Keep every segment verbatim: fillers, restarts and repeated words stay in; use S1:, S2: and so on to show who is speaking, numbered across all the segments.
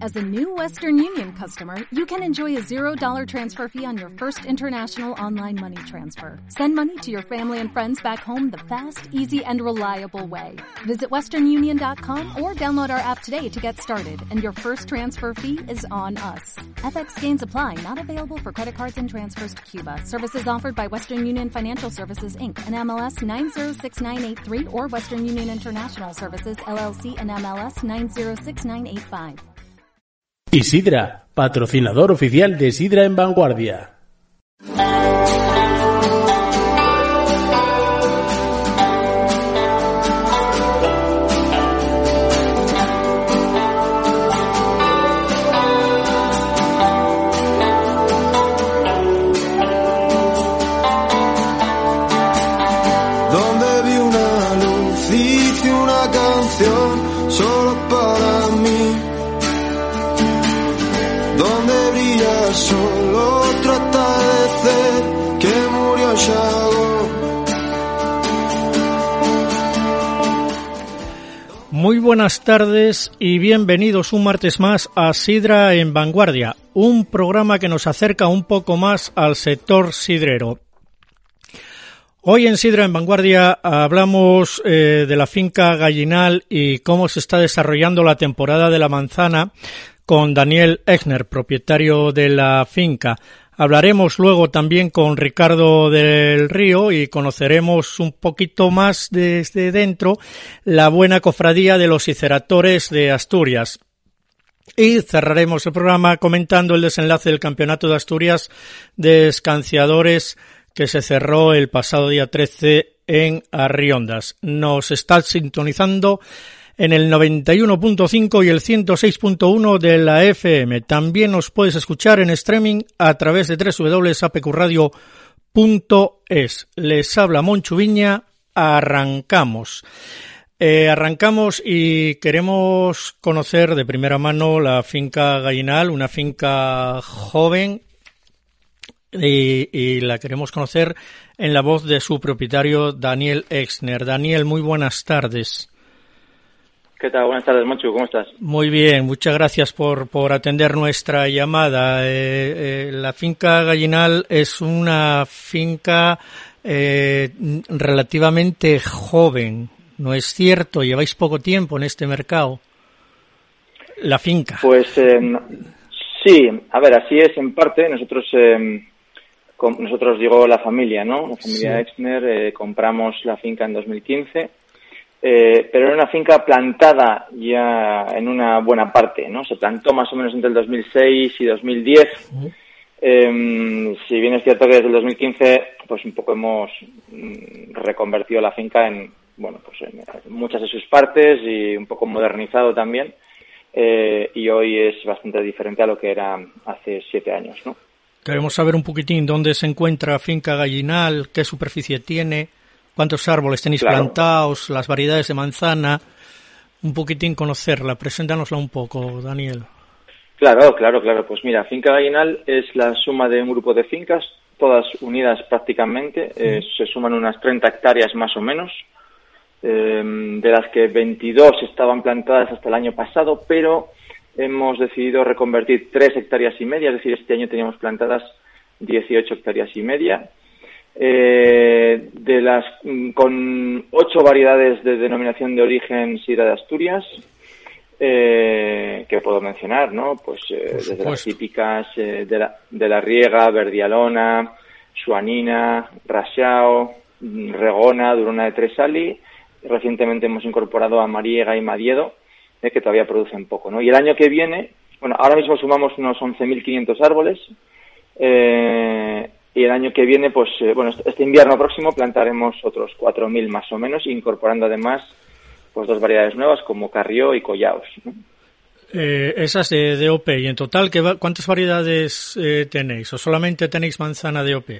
S1: As a new Western Union customer, you can enjoy a zero dollar transfer fee on your first international online money transfer. Send money to your family and friends back home the fast, easy, and reliable way. Visit western union dot com or download our app today to get started, and your first transfer fee is on us. F X gains apply, not available for credit cards and transfers to Cuba. Services offered by Western Union Financial Services, Incorporated, and M L S nine zero six nine eight three or Western Union International Services, L L C, and M L S nine zero six nine eight five.
S2: Y Sidra, patrocinador oficial de Sidra en Vanguardia.
S3: Donde vi una luz, hice una canción solo para mí. Donde brilla solo otro atardecer que murió Chago.
S4: Muy buenas tardes y bienvenidos un martes más a Sidra en Vanguardia, un programa que nos acerca un poco más al sector sidrero. Hoy en Sidra en Vanguardia hablamos eh, de la finca Gallinal y cómo se está desarrollando la temporada de la manzana con Daniel Exner, propietario de la finca. Hablaremos luego también con Ricardo del Río y conoceremos un poquito más desde dentro la buena cofradía de los Ciceratores de Asturias. Y cerraremos el programa comentando el desenlace del Campeonato de Asturias de Escanciadores que se cerró el pasado día trece en Arriondas. Nos está sintonizando en el noventa y uno punto cinco y el ciento seis punto uno de la F M. También nos puedes escuchar en streaming a través de doble u doble u doble u punto a p q radio punto es. Les habla Monchu Viña. Arrancamos. Eh, arrancamos y queremos conocer de primera mano la finca Gallinal, una finca joven, y, y la queremos conocer en la voz de su propietario Daniel Exner. Daniel, muy buenas tardes.
S5: ¿Qué tal? Buenas tardes, Monchu. ¿Cómo estás?
S4: Muy bien, muchas gracias por, por atender nuestra llamada. Eh, eh, la finca Gallinal es una finca eh, relativamente joven, ¿no es cierto? Lleváis poco tiempo en este mercado. La finca.
S5: Pues eh, sí, a ver, así es en parte. Nosotros, eh, con, nosotros llegó la familia, ¿no? La familia sí. Exner, eh, compramos la finca en dos mil quince. Eh, pero era una finca plantada ya en una buena parte, ¿no? Se plantó más o menos entre el dos mil seis y dos mil diez. Uh-huh. Eh, si bien es cierto que desde el dos mil quince, pues un poco hemos mm, reconvertido la finca en, bueno, pues en muchas de sus partes y un poco modernizado también. Eh, y hoy es bastante diferente a lo que era hace siete años, ¿no?
S4: Queremos saber un poquitín dónde se encuentra Finca Gallinal, qué superficie tiene, cuántos árboles tenéis claro. plantados, las variedades de manzana, un poquitín conocerla. Preséntanosla un poco, Daniel.
S5: Claro, claro, claro. Pues mira, Finca Gallinal es la suma de un grupo de fincas, todas unidas prácticamente. Sí. Eh, se suman unas treinta hectáreas más o menos, eh, de las que veintidós estaban plantadas hasta el año pasado, pero hemos decidido reconvertir tres hectáreas y media, es decir, este año teníamos plantadas dieciocho hectáreas y media. Eh, de las con ocho variedades de denominación de origen Sidra de Asturias, eh, que puedo mencionar, ¿no? Pues eh, desde las típicas eh, de la de la Riega, Verdialona, Suanina, Rasiao, Regona, Durona de Tresali. Recientemente hemos incorporado a Mariega y Madiedo, eh, que todavía producen poco, ¿no? Y el año que viene, bueno, ahora mismo sumamos unos once mil quinientos árboles. Eh, Y el año que viene, pues, eh, bueno, este invierno próximo plantaremos otros cuatro mil más o menos, incorporando además pues dos variedades nuevas como Carrió y Collaos, ¿no?
S4: Eh, esas de D O P. ¿Y en total qué va, cuántas variedades eh, tenéis? ¿O solamente tenéis manzana D O P?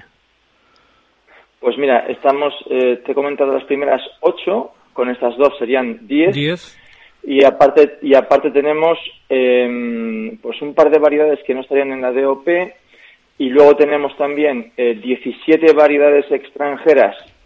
S5: Pues mira, estamos, eh, te he comentado las primeras ocho, con estas dos serían diez.
S4: Diez.
S5: Y aparte, y aparte tenemos eh, pues un par de variedades que no estarían en la D O P. Y luego tenemos también eh, diecisiete variedades extranjeras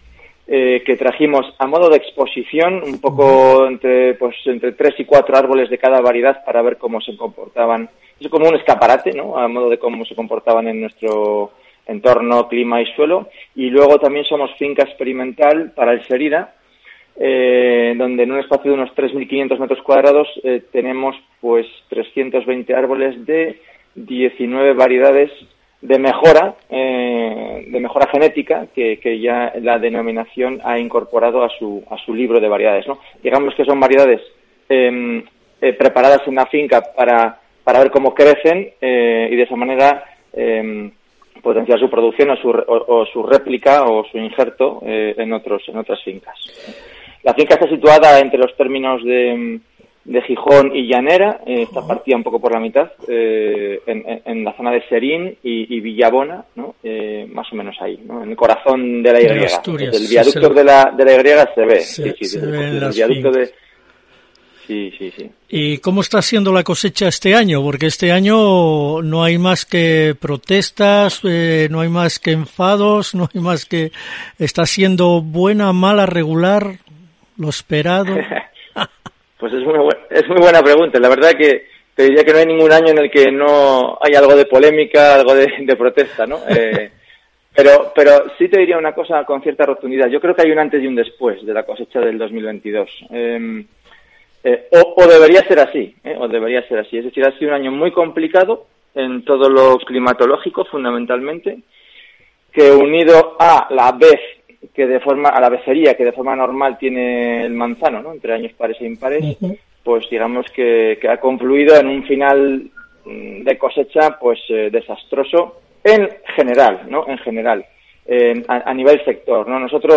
S5: eh, que trajimos a modo de exposición, un poco entre pues entre tres y cuatro árboles de cada variedad para ver cómo se comportaban. Es como un escaparate, ¿no? A modo de cómo se comportaban en nuestro entorno, clima y suelo. Y luego también somos finca experimental para el Serida, eh, donde en un espacio de unos tres mil quinientos metros cuadrados eh, tenemos pues trescientos veinte árboles de diecinueve variedades de mejora, eh, de mejora genética, que, que ya la denominación ha incorporado a su, a su libro de variedades, ¿no? Digamos que son variedades eh, eh, preparadas en la finca para, para ver cómo crecen eh, y de esa manera eh, potenciar su producción o su, o, o su réplica o su injerto eh, en otros, en otras fincas. La finca está situada entre los términos de de Gijón y Llanera, eh, está partida un poco por la mitad, eh, en, en la zona de Serín y, y Villabona, ¿no? Eh, más o menos ahí, ¿no? En el corazón de la Y.
S4: De Asturias,
S5: el viaducto
S4: sí, se
S5: de la de la Y se ve,
S4: se,
S5: sí, sí,
S4: se
S5: desde,
S4: ven
S5: desde
S4: las
S5: el viaducto
S4: fincas.
S5: de... Sí, sí, sí.
S4: ¿Y cómo está siendo la cosecha este año? Porque este año no hay más que protestas, eh, no hay más que enfados, no hay más que... ¿Está siendo buena, mala, regular, lo esperado?
S5: Pues es muy, bu- es muy buena pregunta. La verdad que te diría que no hay ningún año en el que no hay algo de polémica, algo de, de protesta, ¿no? Eh, pero, pero sí te diría una cosa con cierta rotundidad. Yo creo que hay un antes y un después de la cosecha del dos mil veintidós. Eh, eh, o, o debería ser así, ¿eh? o debería ser así. Es decir, ha sido un año muy complicado en todo lo climatológico, fundamentalmente, que unido a la vez que de forma, a la becería que de forma normal tiene el manzano, ¿no? Entre años pares e impares, uh-huh. pues digamos que, que ha confluido en un final de cosecha pues eh, desastroso en general, ¿no? En general, eh, a, a nivel sector, ¿no? Nosotros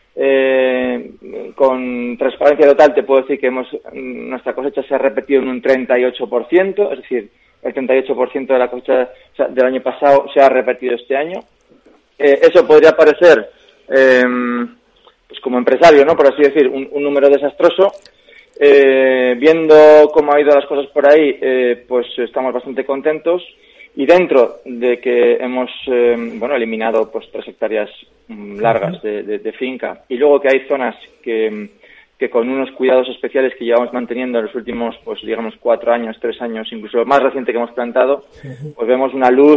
S5: eh, con transparencia total te puedo decir que hemos nuestra cosecha se ha repetido en un treinta y ocho por ciento, es decir, el treinta y ocho por ciento de la cosecha del año pasado se ha repetido este año. Eh, eso podría parecer Eh, pues como empresario, ¿no? Por así decir, un, un número desastroso. Eh, viendo cómo ha ido las cosas por ahí, eh, pues estamos bastante contentos. Y dentro de que hemos, eh, bueno, eliminado pues tres hectáreas mm, largas de, de, de finca, y luego que hay zonas que, que con unos cuidados especiales que llevamos manteniendo en los últimos, pues digamos, cuatro años, tres años, incluso lo más reciente que hemos plantado, pues vemos una luz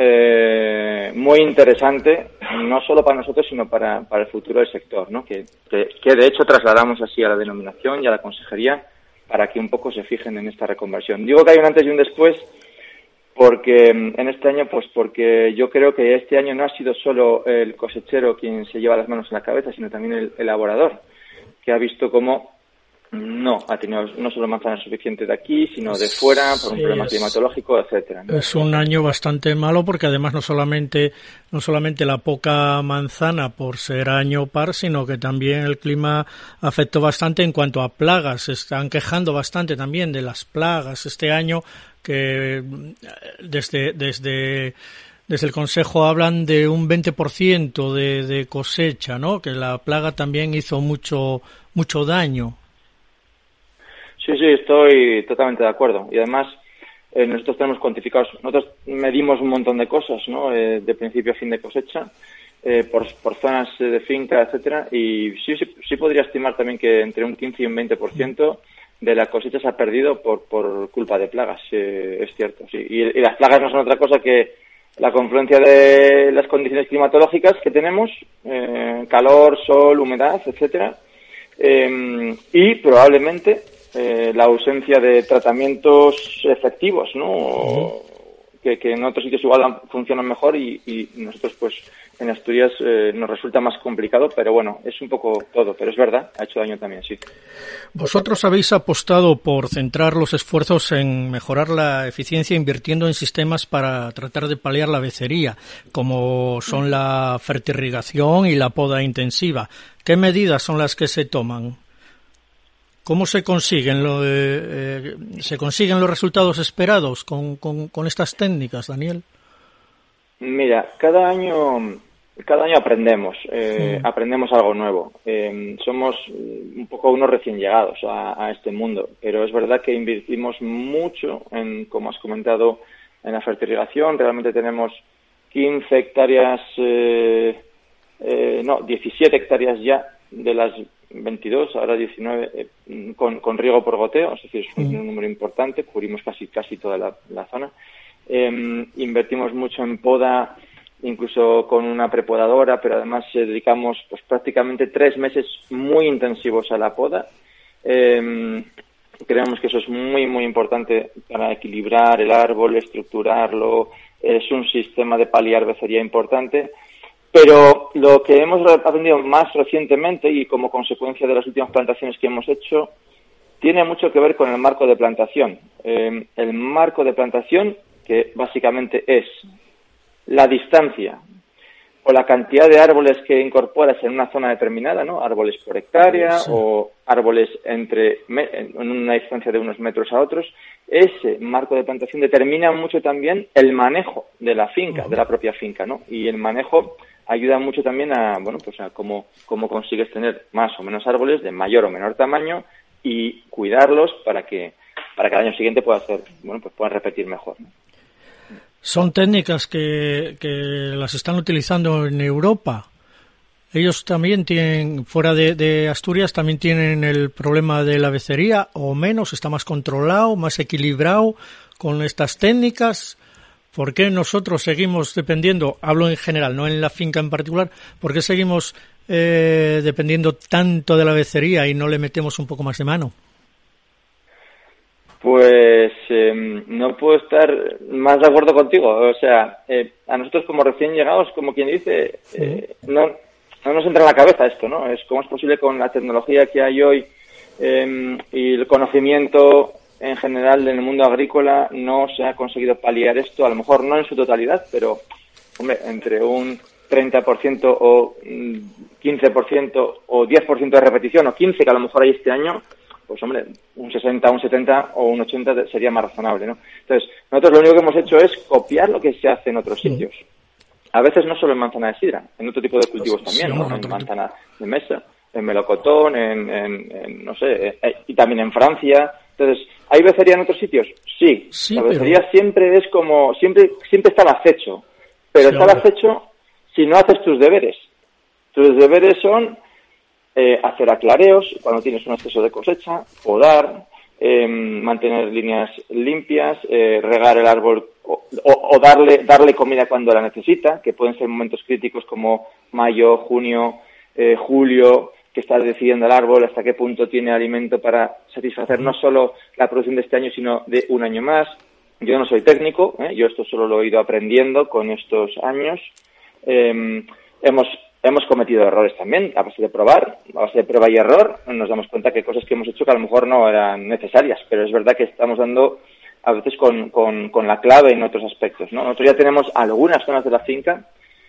S5: Eh, muy interesante, no solo para nosotros, sino para, para el futuro del sector, ¿no? Que, que, que de hecho trasladamos así a la denominación y a la consejería para que un poco se fijen en esta reconversión. Digo que hay un antes y un después porque en este año, pues porque yo creo que este año no ha sido solo el cosechero quien se lleva las manos en la cabeza, sino también el elaborador, que ha visto cómo no ha tenido no solo manzanas suficientes de aquí, sino de fuera, por un sí, problema es, climatológico, etcétera, ¿no?
S4: Es un año bastante malo porque además no solamente no solamente la poca manzana por ser año par, sino que también el clima afectó bastante en cuanto a plagas. Se están quejando bastante también de las plagas este año, que desde desde desde el Consejo hablan de un veinte por ciento de, de cosecha, ¿no? Que la plaga también hizo mucho mucho daño.
S5: Sí, sí, estoy totalmente de acuerdo. Y además, eh, nosotros tenemos cuantificados, nosotros medimos un montón de cosas, ¿no? Eh, de principio a fin de cosecha, eh, por, por zonas de finca, etcétera. Y sí, sí, sí podría estimar también que entre un quince y un veinte por ciento de la cosecha se ha perdido por, por culpa de plagas, eh, es cierto, sí. Y, y las plagas no son otra cosa que la confluencia de las condiciones climatológicas que tenemos, eh, calor, sol, humedad, etcétera. Eh, y probablemente Eh, la ausencia de tratamientos efectivos, ¿no? Uh-huh. Que, que en otros sitios igual funcionan mejor y, y nosotros, pues, en Asturias eh, nos resulta más complicado, pero bueno, es un poco todo, pero es verdad, ha hecho daño también, sí.
S4: Vosotros habéis apostado por centrar los esfuerzos en mejorar la eficiencia invirtiendo en sistemas para tratar de paliar la becería, como son la fertirrigación y la poda intensiva. ¿Qué medidas son las que se toman? ¿Cómo se consiguen lo, eh, eh, se consiguen los resultados esperados con, con, con estas técnicas, Daniel?
S5: Mira, cada año cada año aprendemos, eh, sí. aprendemos algo nuevo. Eh, somos un poco unos recién llegados a, a este mundo, pero es verdad que invertimos mucho en, como has comentado, en la fertilización. Realmente tenemos quince hectáreas eh, eh, no, diecisiete hectáreas ya de las veintidós, ahora diecinueve, eh, con, con riego por goteo, es decir, es un, un número importante, cubrimos casi casi toda la, la zona. Eh, invertimos mucho en poda, incluso con una prepodadora, pero además eh, dedicamos pues prácticamente tres meses muy intensivos a la poda. Eh, creemos que eso es muy, muy importante para equilibrar el árbol, estructurarlo. Es un sistema de paliar becería importante. Pero lo que hemos aprendido más recientemente y como consecuencia de las últimas plantaciones que hemos hecho tiene mucho que ver con el marco de plantación. Eh, el marco de plantación, que básicamente es la distancia o la cantidad de árboles que incorporas en una zona determinada, ¿no? Árboles por hectárea, sí, o árboles entre en una distancia de unos metros a otros. Ese marco de plantación determina mucho también el manejo de la finca, uh-huh. de la propia finca, ¿no? Y el manejo ayuda mucho también a, bueno, pues a cómo, cómo consigues tener más o menos árboles de mayor o menor tamaño y cuidarlos para que para que el año siguiente pueda hacer, bueno, pues puedan repetir mejor, ¿no?
S4: Son técnicas que, que las están utilizando en Europa. Ellos también tienen, fuera de, de Asturias, también tienen el problema de la becería, o menos, está más controlado, más equilibrado con estas técnicas. ¿Por qué nosotros seguimos dependiendo, hablo en general, no en la finca en particular, por qué seguimos eh, dependiendo tanto de la becería y no le metemos un poco más de mano?
S5: Pues eh, no puedo estar más de acuerdo contigo. O sea, eh, a nosotros como recién llegados, como quien dice, eh, no, no nos entra en la cabeza esto, ¿no? Es cómo es posible con la tecnología que hay hoy eh, y el conocimiento en general en el mundo agrícola no se ha conseguido paliar esto, a lo mejor no en su totalidad, pero, hombre, entre un treinta por ciento o quince por ciento o diez por ciento de repetición o quince por ciento que a lo mejor hay este año, pues hombre, un sesenta, un setenta o un ochenta sería más razonable, ¿no? Entonces, nosotros lo único que hemos hecho es copiar lo que se hace en otros sitios. A veces no solo en manzana de sidra, en otro tipo de cultivos también, ¿no? En manzana de mesa, en melocotón, en, en, en no sé, eh, y también en Francia. Entonces, ¿hay becería en otros sitios? Sí. sí la becería pero... siempre es como, siempre, siempre está al acecho. Pero sí, está al acecho si no haces tus deberes. Tus deberes son Eh, hacer aclareos cuando tienes un exceso de cosecha, podar, eh, mantener líneas limpias, eh, regar el árbol o, o, o darle darle comida cuando la necesita, que pueden ser momentos críticos como mayo, junio, eh, julio, que está decidiendo el árbol hasta qué punto tiene alimento para satisfacer no solo la producción de este año, sino de un año más. Yo no soy técnico, ¿eh? Yo esto solo lo he ido aprendiendo con estos años. Eh, hemos Hemos cometido errores también, a base de probar, a base de prueba y error, nos damos cuenta que hay cosas que hemos hecho que a lo mejor no eran necesarias, pero es verdad que estamos dando a veces con, con, con la clave en otros aspectos, ¿no? Nosotros ya tenemos algunas zonas de la finca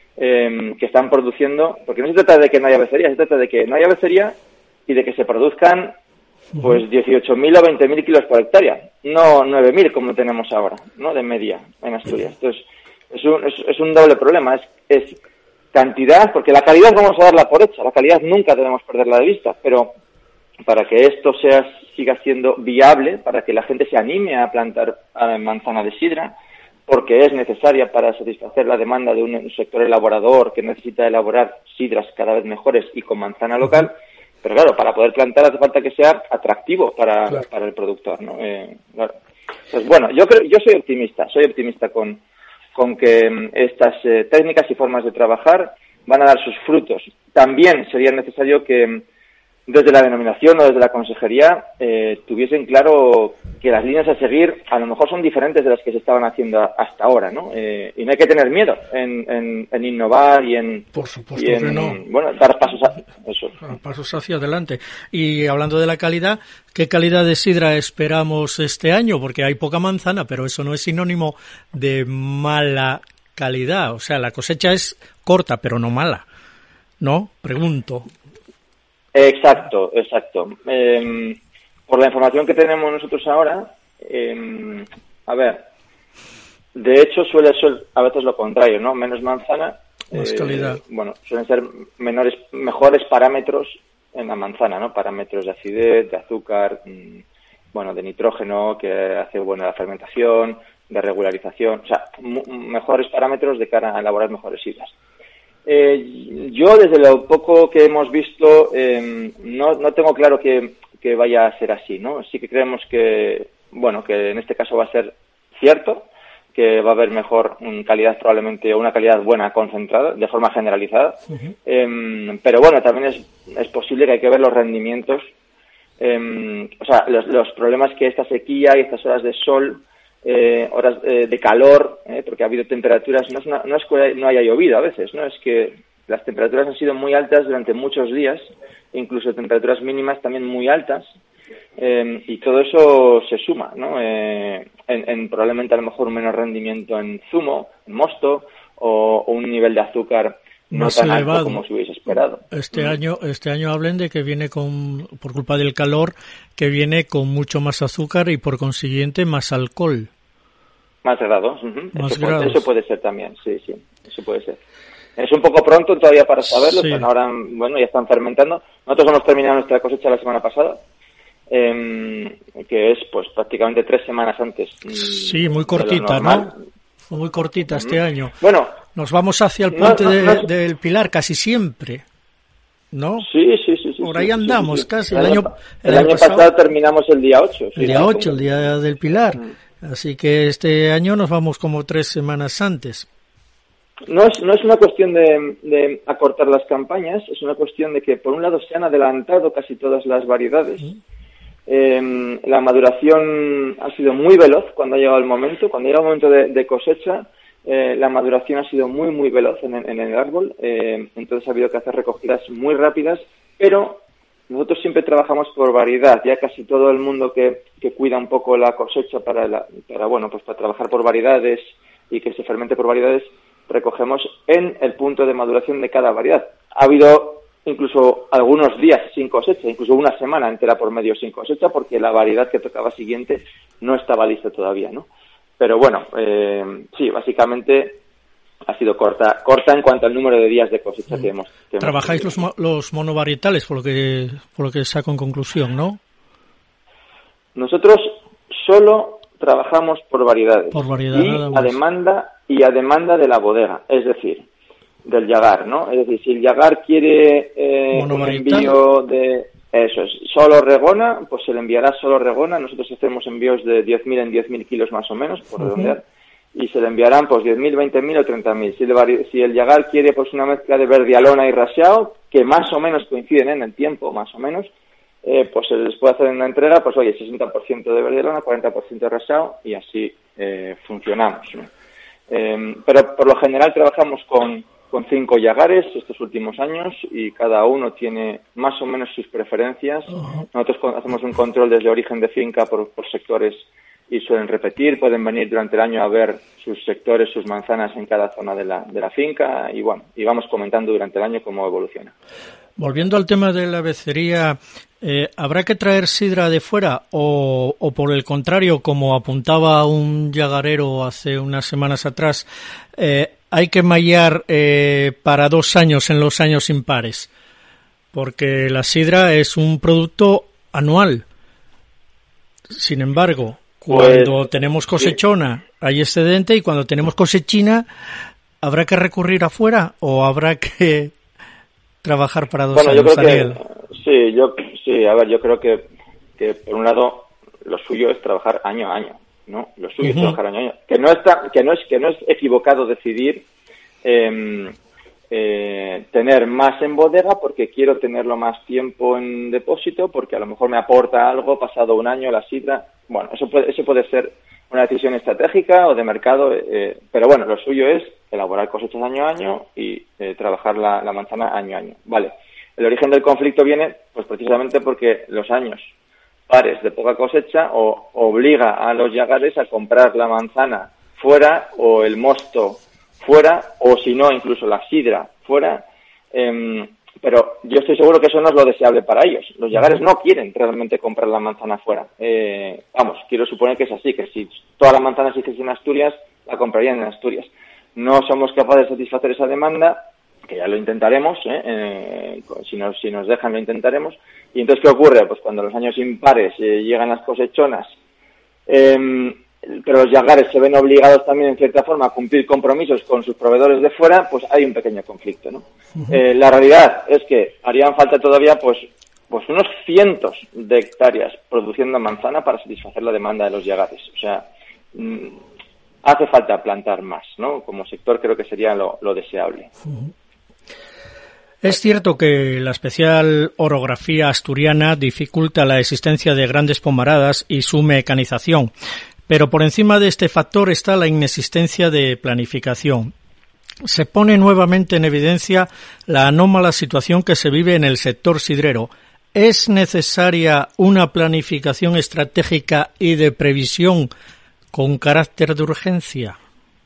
S5: eh, que están produciendo, porque no se trata de que no haya becería, se trata de que no haya becería y de que se produzcan pues dieciocho mil o veinte mil kilos por hectárea, no nueve mil como tenemos ahora, ¿no? De media en Asturias. Entonces, es un, es, es un doble problema, es, es cantidad, porque la calidad vamos a darla por hecha, la calidad nunca debemos perderla de vista, pero para que esto sea siga siendo viable, para que la gente se anime a plantar manzana de sidra, porque es necesaria para satisfacer la demanda de un sector elaborador que necesita elaborar sidras cada vez mejores y con manzana local, pero claro, para poder plantar hace falta que sea atractivo para, claro. para el productor, ¿no? Eh, claro. Pues bueno, yo creo, yo soy optimista, soy optimista con con que estas eh, técnicas y formas de trabajar van a dar sus frutos. También sería necesario que desde la denominación o desde la consejería eh, tuviesen claro que las líneas a seguir a lo mejor son diferentes de las que se estaban haciendo hasta ahora, ¿no? Eh, y no hay que tener miedo en, en, en innovar y en,
S4: Por supuesto
S5: y en
S4: que no.
S5: bueno, dar pasos a, eso.
S4: pasos hacia adelante. Y hablando de la calidad, ¿qué calidad de sidra esperamos este año? Porque hay poca manzana, pero eso no es sinónimo de mala calidad. O sea, la cosecha es corta, pero no mala, ¿no? Pregunto.
S5: Exacto, exacto. Eh, por la información que tenemos nosotros ahora, eh, a ver, de hecho suele ser a veces lo contrario, ¿no? Menos manzana,
S4: más eh, calidad.
S5: Bueno, suelen ser menores, mejores parámetros en la manzana, ¿no? Parámetros de acidez, de azúcar, mmm, bueno, de nitrógeno, que hace buena la fermentación, de regularización, o sea, m- mejores parámetros de cara a elaborar mejores sidras. Eh, yo, desde lo poco que hemos visto, eh, no, no tengo claro que, que vaya a ser así, ¿no? Sí que creemos que, bueno, que en este caso va a ser cierto, que va a haber mejor calidad, probablemente, o una calidad buena concentrada, de forma generalizada. Uh-huh. Eh, pero bueno, también es, es posible que hay que ver los rendimientos, eh, o sea, los, los problemas que esta sequía y estas horas de sol, eh, horas eh, de calor, eh, porque ha habido temperaturas, no es, una, no es que no haya llovido a veces, no es que las temperaturas han sido muy altas durante muchos días, incluso temperaturas mínimas también muy altas. Eh, y todo eso se suma, ¿no? Eh, en, en probablemente a lo mejor un menor rendimiento en zumo, en mosto, o, o un nivel de azúcar no
S4: más
S5: tan
S4: elevado
S5: alto como se hubiese esperado.
S4: Este
S5: mm.
S4: año, este año hablen de que viene con, por culpa del calor, que viene con mucho más azúcar y por consiguiente más alcohol.
S5: Más grados. Uh-huh.
S4: Más
S5: eso,
S4: grados.
S5: Puede, eso puede ser también, sí, sí, eso puede ser. Es un poco pronto todavía para saberlo, sí. Pero ahora, bueno, ya están fermentando. Nosotros hemos terminado nuestra cosecha la semana pasada. Eh, que es pues prácticamente tres semanas antes.
S4: Sí, muy cortita, ¿no? Fue muy cortita uh-huh. este año.
S5: Bueno,
S4: nos vamos hacia el puente
S5: no, no,
S4: de,
S5: no,
S4: del Pilar casi siempre, ¿no?
S5: Sí, sí, sí. sí
S4: Por ahí
S5: sí,
S4: andamos
S5: sí, sí.
S4: casi.
S5: El,
S4: el año,
S5: el año, año pasado, pasado terminamos el día ocho.
S4: El día ocho, el día del Pilar.
S5: Uh-huh.
S4: Así que este año nos vamos como tres semanas antes.
S5: No es, no es una cuestión de, de acortar las campañas, es una cuestión de que por un lado se han adelantado casi todas las variedades. Uh-huh. Eh, la maduración ha sido muy veloz cuando ha llegado el momento. Cuando llega el momento de, de cosecha, eh, la maduración ha sido muy, muy veloz en, en el árbol. Eh, entonces ha habido que hacer recogidas muy rápidas, pero nosotros siempre trabajamos por variedad. Ya casi todo el mundo que, que cuida un poco la cosecha para, la, para, bueno, pues para trabajar por variedades y que se fermente por variedades, recogemos en el punto de maduración de cada variedad. Ha habido incluso algunos días sin cosecha, incluso una semana entera por medio sin cosecha, porque la variedad que tocaba siguiente no estaba lista todavía, ¿no? Pero bueno, eh, sí, básicamente ha sido corta corta en cuanto al número de días de cosecha que hemos... Que
S4: Trabajáis
S5: hemos
S4: los, los monovarietales, por lo que por lo que saco en conclusión, ¿no?
S5: Nosotros solo trabajamos por variedades.
S4: Por variedad,
S5: y a demanda y a demanda de la bodega, es decir, del yagar, ¿no? Es decir, si el yagar quiere eh, un envío de... Eso es, solo regona, pues se le enviará solo regona. Nosotros hacemos envíos de diez mil en diez mil kilos más o menos, por redondear, uh-huh. y se le enviarán pues diez mil, veinte mil o treinta mil. Si el, si el yagar quiere pues una mezcla de verdialona y raseado, que más o menos coinciden en el tiempo, más o menos, eh, pues se les puede hacer una entrega, pues oye, sesenta por ciento de verdialona, cuarenta por ciento de raseado, y así eh, funcionamos, ¿no? Eh, pero por lo general trabajamos con... con cinco yagares estos últimos años y cada uno tiene más o menos sus preferencias. Uh-huh. Nosotros hacemos un control desde origen de finca por, por sectores y suelen repetir, pueden venir durante el año a ver sus sectores, sus manzanas en cada zona de la, de la finca y bueno, y vamos comentando durante el año cómo evoluciona.
S4: Volviendo al tema de la becería, eh, ¿habrá que traer sidra de fuera o, o por el contrario, como apuntaba un yagarero hace unas semanas atrás, eh, hay que mallar eh, para dos años en los años impares? Porque la sidra es un producto anual. Sin embargo, cuando pues, tenemos cosechona sí. hay excedente y cuando tenemos cosechina, ¿habrá que recurrir afuera o habrá que trabajar para dos
S5: bueno,
S4: años?
S5: Yo creo Daniel. que, sí, yo, sí, a ver, yo creo que, que por un lado lo suyo es trabajar año a año, ¿no? Lo suyo uh-huh. es trabajar año a año. Que no está, que no es, que no es equivocado decidir eh, eh, tener más en bodega porque quiero tenerlo más tiempo en depósito, porque a lo mejor me aporta algo pasado un año la sidra. Bueno, eso puede, eso puede ser una decisión estratégica o de mercado, eh, pero bueno, lo suyo es elaborar cosechas año a año y eh, trabajar la, la manzana año a año. Vale. El origen del conflicto viene, pues precisamente porque los años pares de poca cosecha o obliga a los yagares a comprar la manzana fuera o el mosto fuera o si no incluso la sidra fuera, eh, pero yo estoy seguro que eso no es lo deseable para ellos. Los yagares no quieren realmente comprar la manzana fuera. Eh, vamos, quiero suponer que es así, que si toda la manzana se hiciese en Asturias, la comprarían en Asturias. No somos capaces de satisfacer esa demanda, que ya lo intentaremos, ¿eh? Eh, si, nos, si nos dejan lo intentaremos. Y entonces, ¿qué ocurre? Pues cuando los años impares eh, llegan las cosechonas, eh, pero los yagares se ven obligados también, en cierta forma, a cumplir compromisos con sus proveedores de fuera, pues hay un pequeño conflicto, ¿no? Uh-huh. Eh, la realidad es que harían falta todavía, pues, pues unos cientos de hectáreas produciendo manzana para satisfacer la demanda de los yagares. O sea, mmm, hace falta plantar más, ¿no? Como sector creo que sería lo, lo deseable.
S4: Uh-huh. Es cierto que la especial orografía asturiana dificulta la existencia de grandes pomaradas y su mecanización, pero por encima de este factor está la inexistencia de planificación. Se pone nuevamente en evidencia la anómala situación que se vive en el sector sidrero. ¿Es necesaria una planificación estratégica y de previsión con carácter de urgencia?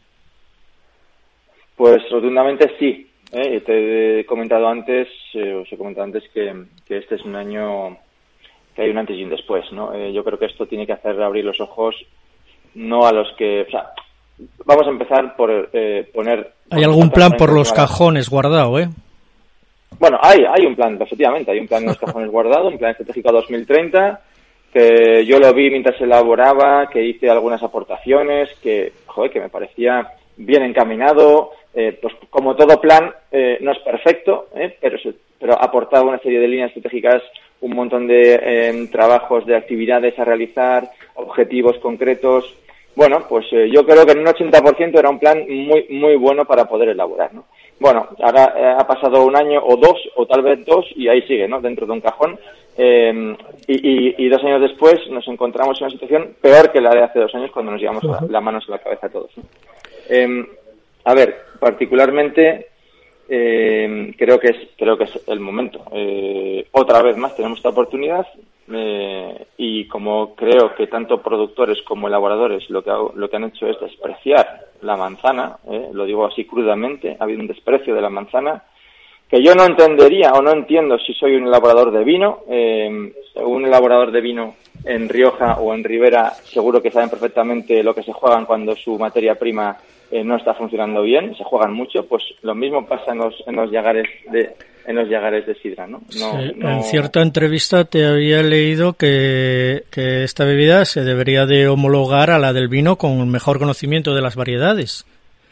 S5: Pues rotundamente sí. Eh, te he comentado antes, eh, os he comentado antes que, que este es un año que hay un antes y un después, ¿no? Eh, yo creo que esto tiene que hacer abrir los ojos no a los que, o sea, vamos a empezar por eh, poner.
S4: Hay algún plan por los cajones guardado, ¿eh?
S5: Bueno, hay hay un plan, efectivamente, hay un plan en los cajones guardado, un plan estratégico dos mil treinta, que yo lo vi mientras se elaboraba, que hice algunas aportaciones, que, joder, que me parecía bien encaminado. Eh, pues como todo plan, eh, no es perfecto, eh, pero, se, pero ha aportado una serie de líneas estratégicas, un montón de eh, trabajos, de actividades a realizar, objetivos concretos. Bueno, pues eh, yo creo que en un ochenta por ciento era un plan muy muy bueno para poder elaborar, ¿no? Bueno, ahora eh, ha pasado un año o dos, o tal vez dos, y ahí sigue, ¿no? Dentro de un cajón. Eh, y, y, y dos años después nos encontramos en una situación peor que la de hace dos años, cuando nos llevamos la, la manos a la cabeza todos, ¿no? Eh, A ver, particularmente eh, creo que es creo que es el momento. Eh, otra vez más tenemos esta oportunidad eh, y como creo que tanto productores como elaboradores lo que ha, lo que han hecho es despreciar la manzana, eh, lo digo así crudamente, ha habido un desprecio de la manzana que yo no entendería o no entiendo si soy un elaborador de vino. Eh, un elaborador de vino en Rioja o en Ribera seguro que saben perfectamente lo que se juegan cuando su materia prima Eh, no está funcionando bien, se juegan mucho. Pues lo mismo pasa en los en los llagares de en los llagares de sidra, ¿no? no,
S4: sí,
S5: no...
S4: En cierta entrevista te había leído que, que esta bebida se debería de homologar a la del vino con el mejor conocimiento de las variedades.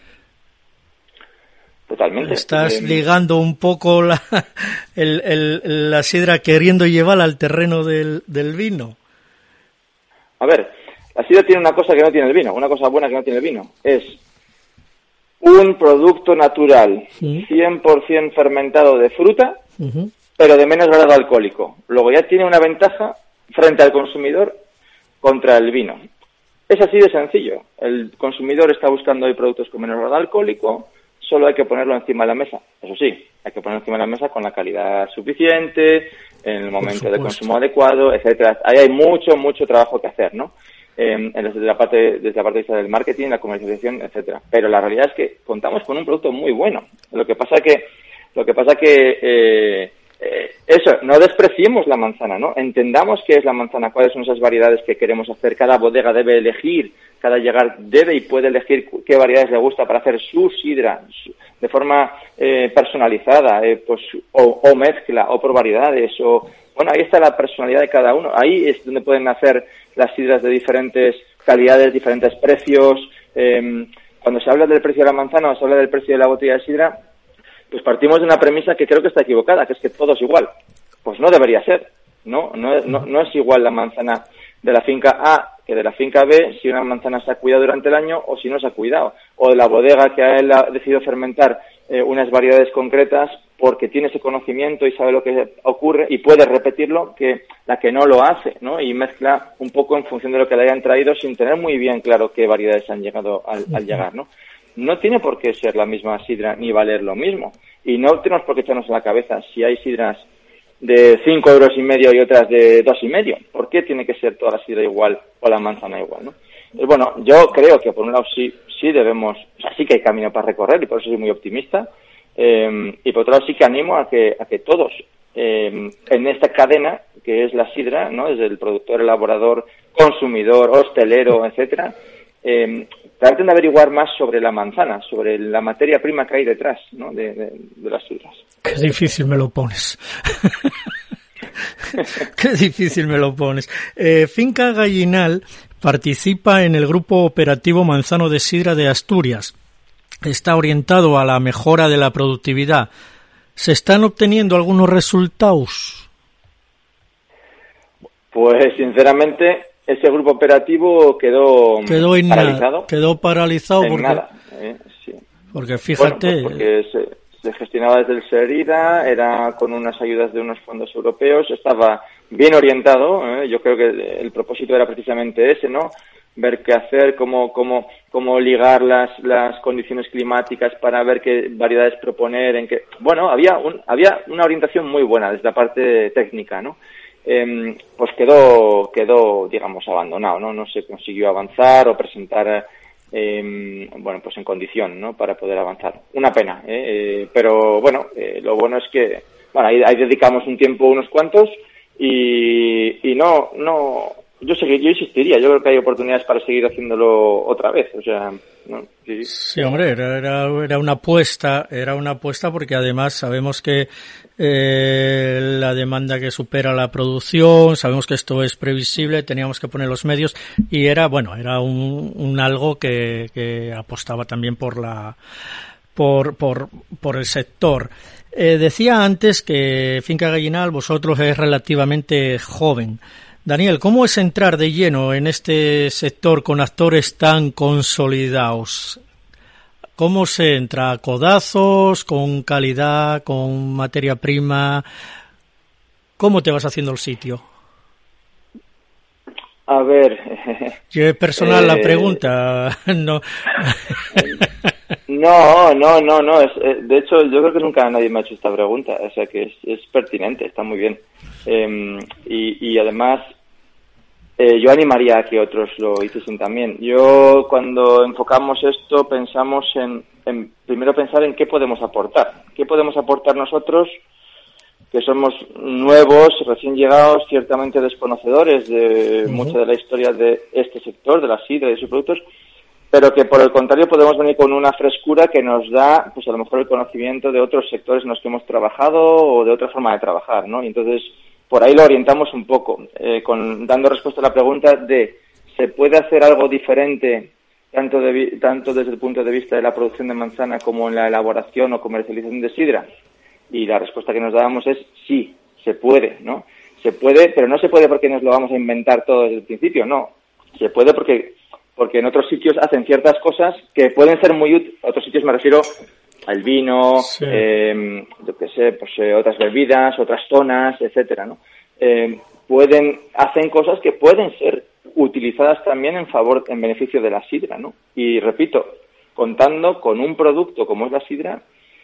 S5: Totalmente.
S4: Estás
S5: eh...
S4: ligando un poco la, el, el, la sidra, queriendo llevarla al terreno del, del vino.
S5: A ver, la sidra tiene una cosa que no tiene el vino, una cosa buena que no tiene el vino, es un producto natural, sí. cien por ciento fermentado de fruta, uh-huh. pero de menos grado alcohólico. Luego ya tiene una ventaja frente al consumidor contra el vino. Es así de sencillo. El consumidor está buscando hoy productos con menos grado alcohólico, solo hay que ponerlo encima de la mesa. Eso sí, hay que ponerlo encima de la mesa con la calidad suficiente, en el momento de consumo adecuado, etcétera. Ahí hay mucho, mucho trabajo que hacer, ¿no? Eh, desde la parte desde la parte de vista del marketing, la comercialización, etcétera. Pero la realidad es que contamos con un producto muy bueno. Lo que pasa que lo que pasa que eh, eh, eso, no despreciemos la manzana, ¿no? Entendamos qué es la manzana, cuáles son esas variedades que queremos hacer. Cada bodega debe elegir, cada llegar debe y puede elegir qué variedades le gusta para hacer su sidra de forma eh, personalizada, eh, pues o, o mezcla, o por variedades, o bueno, ahí está la personalidad de cada uno. Ahí es donde pueden hacer las sidras de diferentes calidades, diferentes precios. Eh, cuando se habla del precio de la manzana o se habla del precio de la botella de sidra, pues partimos de una premisa que creo que está equivocada, que es que todo es igual. Pues no debería ser, ¿no? No es, no, no es igual la manzana de la finca A que de la finca B, si una manzana se ha cuidado durante el año o si no se ha cuidado. O de la bodega que a él ha decidido fermentar eh, unas variedades concretas porque tiene ese conocimiento y sabe lo que ocurre y puede repetirlo, que la que no lo hace, ¿no? Y mezcla un poco en función de lo que le hayan traído sin tener muy bien claro qué variedades han llegado al, al llegar, ¿no? No tiene por qué ser la misma sidra ni valer lo mismo. Y no tenemos por qué echarnos en la cabeza si hay sidras de cinco euros y medio y otras de dos y medio. ¿Por qué tiene que ser toda la sidra igual o la manzana igual, no? Pues bueno, yo creo que por un lado sí, sí debemos, o sea, sí que hay camino para recorrer y por eso soy muy optimista. Eh, y por otro lado sí que animo a que a que todos eh, en esta cadena que es la sidra, ¿no? Desde el productor, elaborador, consumidor, hostelero, etcétera, eh, traten de averiguar más sobre la manzana, sobre la materia prima que hay detrás, ¿no? de, de, de las sidras.
S4: Qué difícil me lo pones. Qué difícil me lo pones. Eh, Finca Gallinal participa en el Grupo Operativo Manzano de Sidra de Asturias. Está orientado a la mejora de la productividad. ¿Se están obteniendo algunos resultados?
S5: Pues, sinceramente, ese grupo operativo quedó,
S4: quedó in,
S5: paralizado.
S4: Quedó paralizado
S5: en
S4: porque,
S5: nada, eh, sí.
S4: porque fíjate...
S5: Bueno, pues porque se, se gestionaba desde el SERIDA, era con unas ayudas de unos fondos europeos, estaba bien orientado, eh, yo creo que el propósito era precisamente ese, ¿no? Ver qué hacer, cómo, cómo, cómo ligar las, las condiciones climáticas para ver qué variedades proponer, en qué... Bueno, había, un, había una orientación muy buena desde la parte técnica, ¿no? Eh, pues quedó, quedó, digamos, abandonado, ¿no? No se consiguió avanzar o presentar, eh, bueno, pues en condición, ¿no? Para poder avanzar. Una pena, ¿eh? Eh, pero bueno, eh, lo bueno es que, bueno, ahí, ahí dedicamos un tiempo, unos cuantos, y, y no, no, yo sé que yo insistiría, yo creo que hay oportunidades para seguir haciéndolo otra vez, o sea, ¿no? Sí,
S4: sí, hombre, era, era, era una apuesta, era una apuesta porque además sabemos que eh, la demanda que supera la producción, sabemos que esto es previsible, teníamos que poner los medios y era, bueno, era un, un algo que, que apostaba también por la, por, por, por el sector. Eh, decía antes que Finca Gallinal, vosotros es relativamente joven. Daniel, ¿cómo es entrar de lleno en este sector con actores tan consolidados? ¿Cómo se entra? ¿A codazos, con calidad, con materia prima? ¿Cómo te vas haciendo el sitio?
S5: A ver...
S4: Yo es personal
S5: eh,
S4: la pregunta, no...
S5: No, no, no, no. Es, eh, de hecho, yo creo que nunca nadie me ha hecho esta pregunta, o sea que es, es pertinente, está muy bien. Eh, y, y además, eh, yo animaría a que otros lo hiciesen también. Yo, cuando enfocamos esto, pensamos en, en primero pensar en qué podemos aportar. ¿Qué podemos aportar nosotros, que somos nuevos, recién llegados, ciertamente desconocedores de uh-huh. mucha de la historia de este sector, de la sidra y de sus productos, pero que por el contrario podemos venir con una frescura que nos da, pues a lo mejor el conocimiento de otros sectores en los que hemos trabajado o de otra forma de trabajar, ¿no? Y entonces, por ahí lo orientamos un poco, eh, con dando respuesta a la pregunta de ¿se puede hacer algo diferente tanto, de, tanto desde el punto de vista de la producción de manzana como en la elaboración o comercialización de sidra? Y la respuesta que nos dábamos es sí, se puede, ¿no? Se puede, pero no se puede porque nos lo vamos a inventar todo desde el principio, no. Se puede porque... porque en otros sitios hacen ciertas cosas que pueden ser muy útiles. Otros sitios me refiero al vino, sí. eh, yo qué sé, pues eh, otras bebidas, otras zonas, etcétera, ¿no? Eh, pueden, hacen cosas que pueden ser utilizadas también en favor, en beneficio de la sidra, ¿no? Y repito, contando con un producto como es la sidra,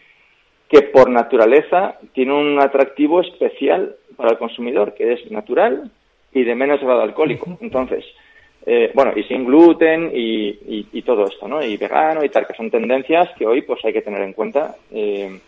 S5: que por naturaleza tiene un atractivo especial para el consumidor, que es natural y de menos grado alcohólico. Uh-huh. Entonces, Eh, bueno, y sin gluten y, y, y todo esto, ¿no? Y vegano y tal, que son tendencias que hoy pues hay que tener en cuenta eh,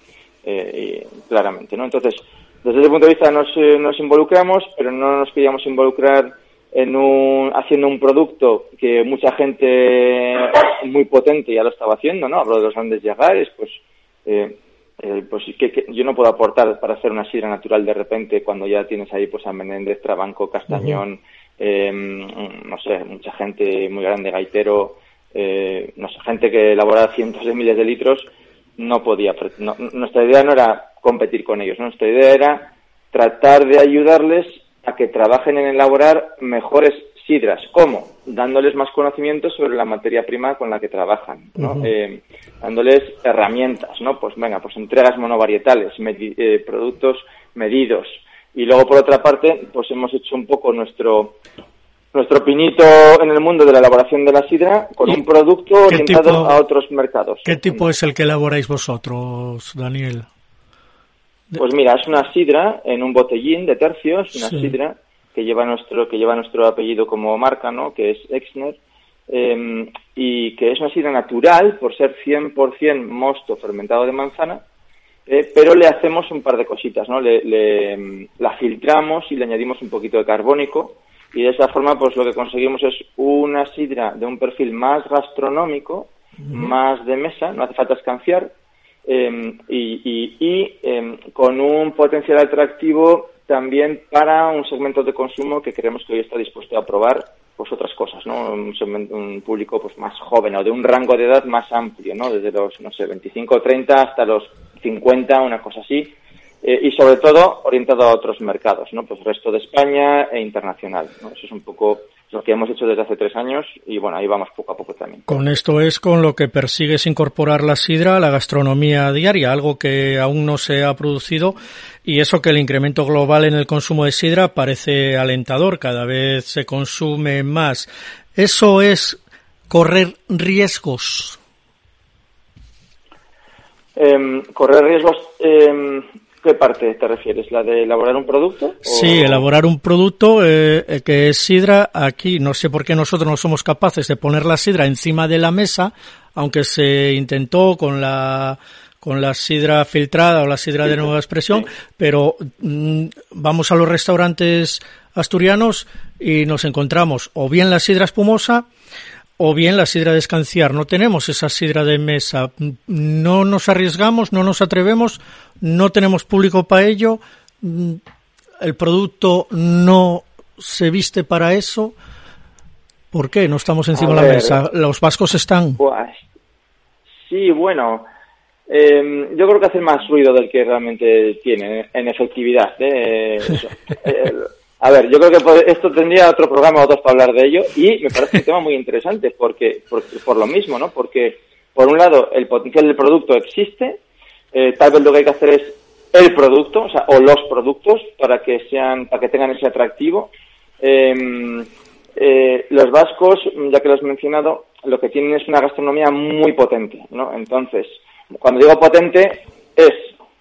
S5: eh, claramente, ¿no? Entonces, desde ese punto de vista nos, eh, nos involucramos, pero no nos queríamos involucrar en un haciendo un producto que mucha gente muy potente ya lo estaba haciendo, ¿no? Hablo de los grandes Yagares, pues... Eh, Eh, pues que, que yo no puedo aportar para hacer una sidra natural de repente cuando ya tienes ahí pues a Menéndez, Trabanco, Castañón, uh-huh. eh, no sé, mucha gente muy grande, Gaitero, eh, no sé, gente que elabora cientos de miles de litros, no podía, no, nuestra idea no era competir con ellos, ¿no? Nuestra idea era tratar de ayudarles a que trabajen en elaborar mejores sidras. ¿Cómo? Dándoles más conocimiento sobre la materia prima con la que trabajan, ¿no? Uh-huh. Eh, dándoles herramientas, ¿no? Pues venga, pues entregas monovarietales, medi- eh, productos medidos. Y luego, por otra parte, pues hemos hecho un poco nuestro nuestro pinito en el mundo de la elaboración de la sidra con un producto orientado tipo, a otros mercados.
S4: ¿Qué tipo es el que elaboráis vosotros, Daniel?
S5: Pues mira, es una sidra en un botellín de tercios, una sí. sidra que lleva nuestro que lleva nuestro apellido como marca, ¿no? Que es Exner, eh, y que es una sidra natural por ser cien por ciento mosto fermentado de manzana, eh, pero le hacemos un par de cositas, ¿no? Le, le la filtramos y le añadimos un poquito de carbónico y de esa forma pues lo que conseguimos es una sidra de un perfil más gastronómico, uh-huh. más de mesa, no hace falta escanciar, eh, y, y, y eh, con un potencial atractivo también para un segmento de consumo que creemos que hoy está dispuesto a probar pues otras cosas, ¿no? Un, un público pues más joven o de un rango de edad más amplio, ¿no? Desde los, no sé, veinticinco o treinta hasta los cincuenta, una cosa así. Eh, y sobre todo orientado a otros mercados, ¿no? Pues resto de España e internacional, ¿no? Eso es un poco lo que hemos hecho desde hace tres años y bueno, ahí vamos poco a poco también.
S4: Con esto es con lo que persigues incorporar la sidra a la gastronomía diaria, algo que aún no se ha producido, y eso que el incremento global en el consumo de sidra parece alentador, cada vez se consume más. ¿Eso es correr riesgos?
S5: Eh, correr riesgos... Eh, ¿Qué parte te refieres? ¿La de elaborar un producto? ¿O?
S4: Sí, elaborar un producto eh, que es sidra. Aquí no sé por qué nosotros no somos capaces de poner la sidra encima de la mesa, aunque se intentó con la con la sidra filtrada o la sidra de nueva expresión, sí. Pero mmm, vamos a los restaurantes asturianos y nos encontramos o bien la sidra espumosa o bien la sidra de escanciar. No tenemos esa sidra de mesa, no nos arriesgamos, no nos atrevemos, no tenemos público para ello, el producto no se viste para eso. ¿Por qué no estamos encima de la mesa? ¿Los vascos están?
S5: Pues, sí, bueno, eh, yo creo que hace más ruido del que realmente tiene en efectividad. ¿eh? Eso. eh, A ver, yo creo que esto tendría otro programa o dos para hablar de ello y me parece un tema muy interesante porque por, por lo mismo, ¿no? Porque, por un lado, el potencial del producto existe, eh, tal vez lo que hay que hacer es el producto, o sea, o los productos para que sean, para que tengan ese atractivo. Eh, eh, los vascos, ya que lo has mencionado, lo que tienen es una gastronomía muy potente, ¿no? Entonces, cuando digo potente, es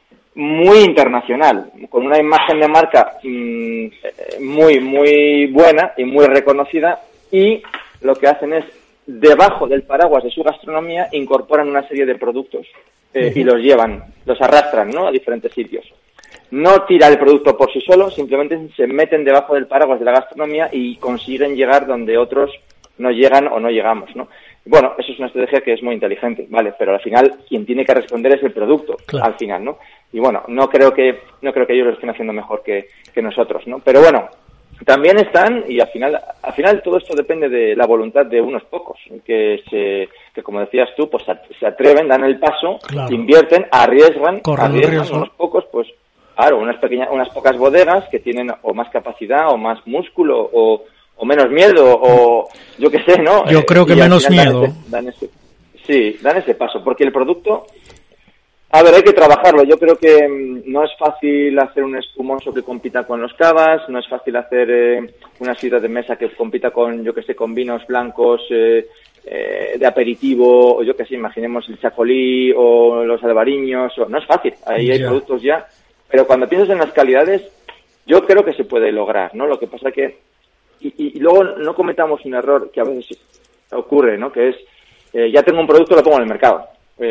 S5: muy internacional, con una imagen de marca mmm, muy, muy buena y muy reconocida, y lo que hacen es, debajo del paraguas de su gastronomía, incorporan una serie de productos eh, uh-huh. y los llevan, los arrastran, ¿no?, a diferentes sitios. No tira el producto por sí solo, simplemente se meten debajo del paraguas de la gastronomía y consiguen llegar donde otros no llegan o no llegamos, ¿no? Bueno, eso es una estrategia que es muy inteligente, vale, pero al final quien tiene que responder es el producto, claro. Al final, ¿no? Y bueno, no creo que no creo que ellos lo estén haciendo mejor que, que nosotros, ¿no? Pero bueno, también están, y al final al final todo esto depende de la voluntad de unos pocos, que se que como decías tú, pues se atreven, dan el paso, claro. Invierten, arriesgan,
S4: Corren
S5: arriesgan
S4: riesgo.
S5: Unos pocos, pues claro, unas pequeñas, unas pocas bodegas que tienen o más capacidad o más músculo o o menos miedo, o yo qué sé, ¿no?
S4: Yo creo que
S5: y
S4: menos miedo.
S5: Dan ese, dan ese, sí, dan ese paso, porque el producto, a ver, hay que trabajarlo. Yo creo que mmm, no es fácil hacer un espumoso que compita con los cavas, no es fácil hacer eh, una sidra de mesa que compita con, yo qué sé, con vinos blancos eh, eh, de aperitivo, o yo qué sé, imaginemos el chacolí o los albariños, o, no es fácil, ahí yeah. hay productos ya, pero cuando piensas en las calidades, yo creo que se puede lograr, ¿no? Lo que pasa que Y, y, y luego no cometamos un error que a veces ocurre, ¿no? Que es, eh, ya tengo un producto, lo pongo en el mercado.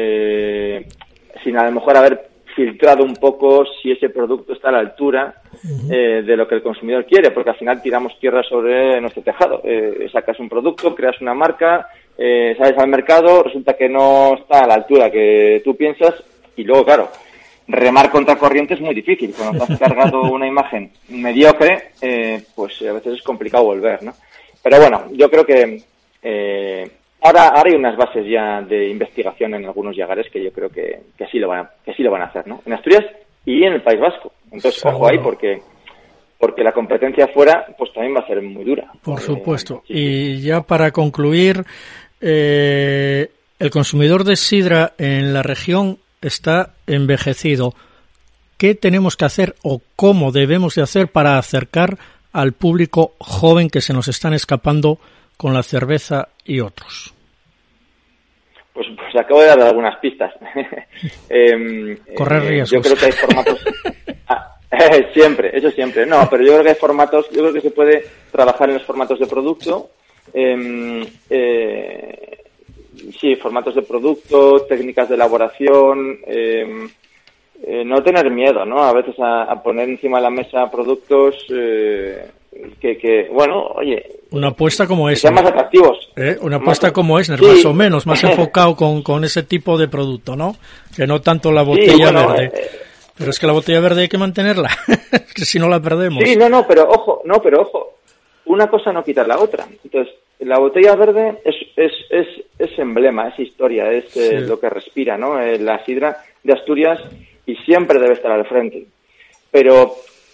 S5: Eh, sin a lo mejor haber filtrado un poco si ese producto está a la altura eh, de lo que el consumidor quiere, porque al final tiramos tierra sobre nuestro tejado. Eh, sacas un producto, creas una marca, eh, sales al mercado, resulta que no está a la altura que tú piensas y luego, claro, remar contra corriente es muy difícil. Cuando te has cargado una imagen mediocre, eh, pues a veces es complicado volver, ¿no? Pero bueno, yo creo que eh, ahora, ahora hay unas bases ya de investigación en algunos llagares que yo creo que, que sí lo van a, que sí lo van a hacer, ¿no? En Asturias y en el País Vasco. Entonces,
S4: Seguro.
S5: Ojo ahí, porque porque la competencia afuera pues también va a ser muy dura.
S4: Por
S5: eh,
S4: supuesto.
S5: Sí,
S4: y ya para concluir, eh, el consumidor de sidra en la región está envejecido. ¿Qué tenemos que hacer o cómo debemos de hacer para acercar al público joven que se nos están escapando con la cerveza y otros?
S5: Pues, pues acabo de dar algunas pistas. eh,
S4: Correr
S5: eh,
S4: riesgos.
S5: Yo creo que hay formatos... ah, eh, siempre, eso siempre. No, pero yo creo que hay formatos... Yo creo que se puede trabajar en los formatos de producto. Eh, eh, Sí, formatos de producto, técnicas de elaboración, eh, eh, no tener miedo, ¿no? A veces a, a poner encima de la mesa productos eh, que, que, bueno, oye...
S4: Una apuesta como
S5: esa. Que sean más atractivos.
S4: ¿Eh? Una apuesta
S5: más,
S4: como Esner, sí. Más o menos, más enfocado con, con ese tipo de producto, ¿no? Que no tanto la botella sí, bueno, verde. Eh, pero es que la botella verde hay que mantenerla, que si no la perdemos.
S5: Sí, no, no, pero ojo, no, pero ojo. una cosa no quita la otra. Entonces, la botella verde es es es, es emblema, es historia, es sí. eh, lo que respira, ¿no? Eh, la sidra de Asturias, y siempre debe estar al frente. Pero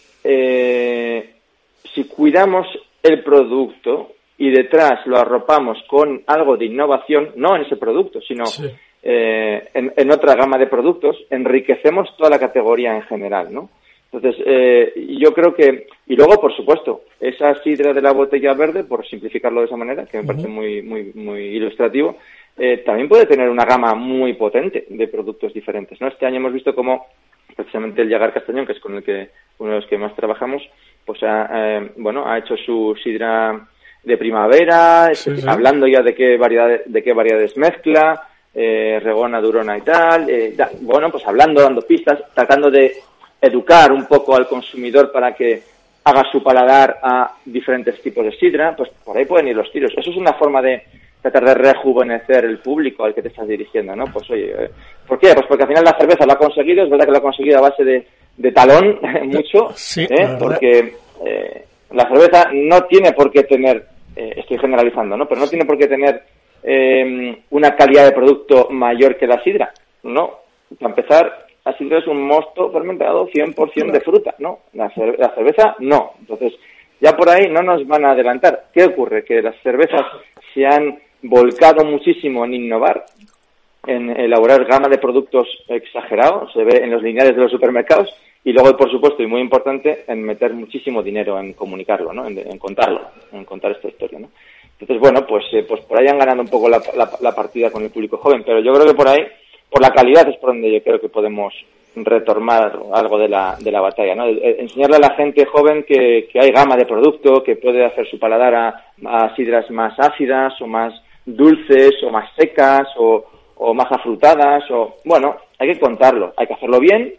S5: eh, si cuidamos el producto y detrás lo arropamos con algo de innovación, no en ese producto, sino sí. eh, en, en otra gama de productos, enriquecemos toda la categoría en general, ¿no? Entonces, eh, yo creo que... Y luego, por supuesto, esa sidra de la botella verde, por simplificarlo de esa manera, que me parece uh-huh. muy muy muy ilustrativo, eh, también puede tener una gama muy potente de productos diferentes, ¿no? Este año hemos visto cómo precisamente el Llagar Castañón, que es con el que uno de los que más trabajamos, pues ha, eh, bueno, ha hecho su sidra de primavera, sí, sí. hablando ya de qué variedades, de qué variedades mezcla, eh, Regona, Durona y tal, eh, da, bueno, pues hablando, dando pistas, tratando de educar un poco al consumidor para que haga su paladar a diferentes tipos de sidra, pues por ahí pueden ir los tiros. Eso es una forma de tratar de rejuvenecer el público al que te estás dirigiendo, ¿no? Pues oye, ¿por qué? Pues porque al final la cerveza lo ha conseguido, es verdad que lo ha conseguido a base de, de talón, mucho,
S4: sí,
S5: ¿eh? Porque eh, la cerveza no tiene por qué tener, eh, estoy generalizando, ¿no? Pero no tiene por qué tener eh, una calidad de producto mayor que la sidra, ¿no? Para empezar, la sidra es un mosto fermentado cien por ciento de fruta, ¿no? La, cer- la cerveza, no. Entonces, ya por ahí no nos van a adelantar. ¿Qué ocurre? Que las cervezas se han volcado muchísimo en innovar, en elaborar gama de productos exagerados, se ve en los lineales de los supermercados, y luego, por supuesto, y muy importante, en meter muchísimo dinero en comunicarlo, ¿no? En, en contarlo, en contar esta historia, ¿no? Entonces, bueno, pues eh, pues por ahí han ganado un poco la, la, la partida con el público joven, pero yo creo que por ahí, por la calidad es por donde yo creo que podemos retomar algo de la de la batalla, ¿no? Enseñarle a la gente joven que, que hay gama de producto, que puede hacer su paladar a, a sidras más ácidas o más dulces o más secas o, o más afrutadas, o bueno, hay que contarlo, hay que hacerlo bien,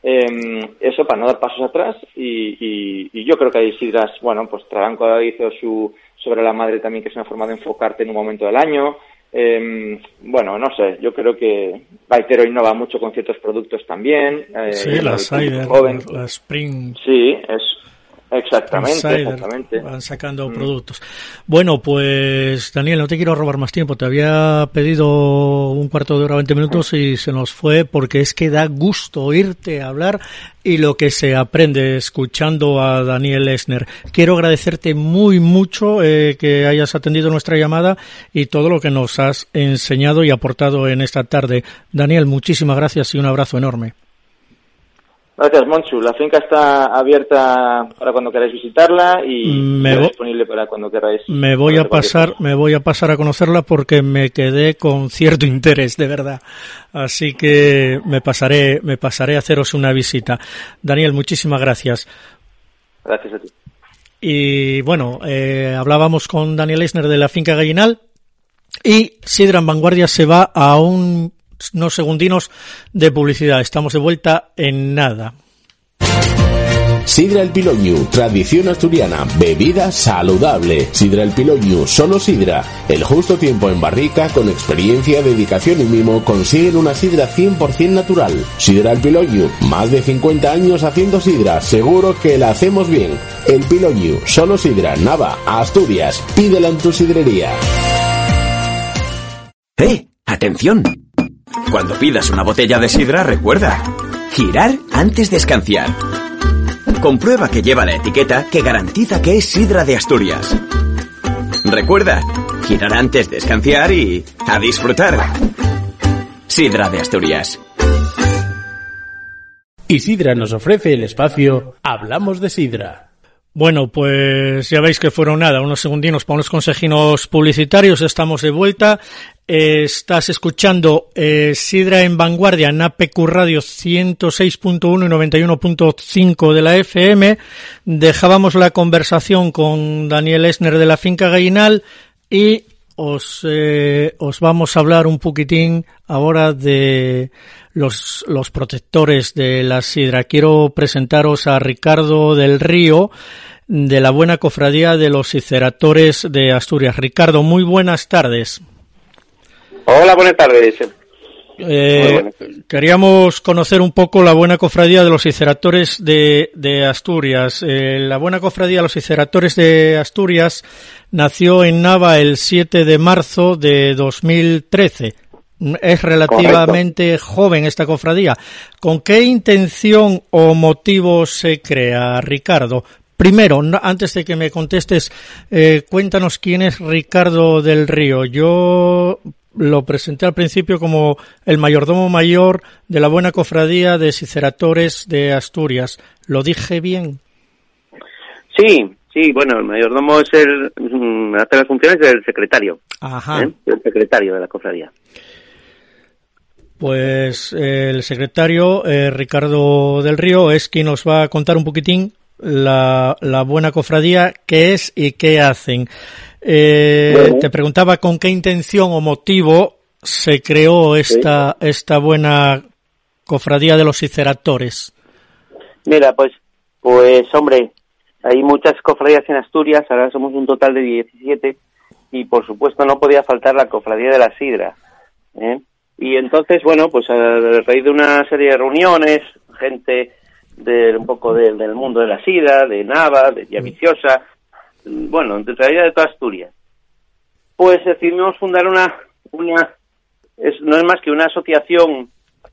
S5: eh, eso para no dar pasos atrás, y, y, y yo creo que hay sidras, bueno, pues Trabanco hizo su sobre la madre también, que es una forma de enfocarte en un momento del año. Eh, bueno, no sé, yo creo que Gaitero innova mucho con ciertos productos también. Eh,
S4: sí, la Cider, la Spring.
S5: Sí, es exactamente, exactamente.
S4: Van sacando mm. productos. Bueno, pues Daniel, no te quiero robar más tiempo. Te había pedido un cuarto de hora, veinte minutos y se nos fue, porque es que da gusto oírte hablar y lo que se aprende escuchando a Daniel Essner. Quiero agradecerte muy mucho eh, que hayas atendido nuestra llamada y todo lo que nos has enseñado y aportado en esta tarde. Daniel, muchísimas gracias y un abrazo enorme.
S5: Gracias, Monchu. La finca está abierta para cuando queráis visitarla y
S4: me
S5: está
S4: vo-
S5: disponible para cuando queráis.
S4: Me voy a pasar, me voy a pasar a conocerla porque me quedé con cierto interés, de verdad. Así que me pasaré, me pasaré a haceros una visita. Daniel, muchísimas gracias.
S5: Gracias a ti.
S4: Y bueno, eh, hablábamos con Daniel Essner de la finca Gallinal y Sidra en Vanguardia se va a un unos segundinos de publicidad. Estamos de vuelta en nada.
S2: Sidra El Piloñu, tradición asturiana, bebida saludable. Sidra El Piloñu, solo sidra. El justo tiempo en barrica, con experiencia, dedicación y mimo, consiguen una sidra cien por ciento natural. Sidra El Piloñu, más de cincuenta años haciendo sidra, seguro que la hacemos bien. El Piloñu, solo sidra, Nava, Asturias. Pídela en tu sidrería.
S6: ¡Eh! ¡Atención! Cuando pidas una botella de sidra, recuerda, girar antes de escanciar. Comprueba que lleva la etiqueta que garantiza que es sidra de Asturias. Recuerda, girar antes de escanciar y a disfrutar. Sidra de Asturias.
S2: Y Sidra nos ofrece el espacio Hablamos de Sidra.
S4: Bueno, pues ya veis que fueron nada, unos segundinos para unos consejinos publicitarios. Estamos de vuelta. Eh, estás escuchando eh, Sidra en Vanguardia en A P Q Radio ciento seis punto uno y noventa y uno punto cinco de la F M. Dejábamos la conversación con Daniel Essner de la finca Gallinal y os eh, os vamos a hablar un poquitín ahora de los los protectores de la sidra. Quiero presentaros a Ricardo del Río, de la Buena Cofradía de los Ciceratores de Asturias. Ricardo, muy buenas tardes.
S7: Hola, buenas tardes.
S4: Eh, queríamos conocer un poco la Buena Cofradía de los Ciceratores de, de Asturias. Eh, la Buena Cofradía de los Ciceratores de Asturias nació en Nava el siete de marzo de dos mil trece. Es relativamente Correcto. Joven esta cofradía. ¿Con qué intención o motivo se crea, Ricardo? Primero, antes de que me contestes, eh, cuéntanos quién es Ricardo del Río. Yo lo presenté al principio como el mayordomo mayor de la Buena Cofradía de Ciceratores de Asturias. ¿Lo dije bien?
S7: Sí, sí, bueno, el mayordomo es el, hace las funciones del secretario.
S4: Ajá.
S7: ¿eh? El secretario de la cofradía.
S4: Pues eh, el secretario, eh, Ricardo del Río, es quien nos va a contar un poquitín la, la Buena Cofradía, qué es y qué hacen. Eh, bueno. Te preguntaba con qué intención o motivo se creó esta, sí. esta Buena Cofradía de los Ciceratores.
S7: Mira, pues, pues hombre, hay muchas cofradías en Asturias, ahora somos un total de diecisiete, y por supuesto no podía faltar la Cofradía de la Sidra, ¿eh? Y entonces, bueno, pues a raíz de una serie de reuniones, gente de un poco de, del mundo de la sidra, de Nava, de Villaviciosa, bueno, en realidad de toda Asturias, pues decidimos fundar una, una es, no es más que una asociación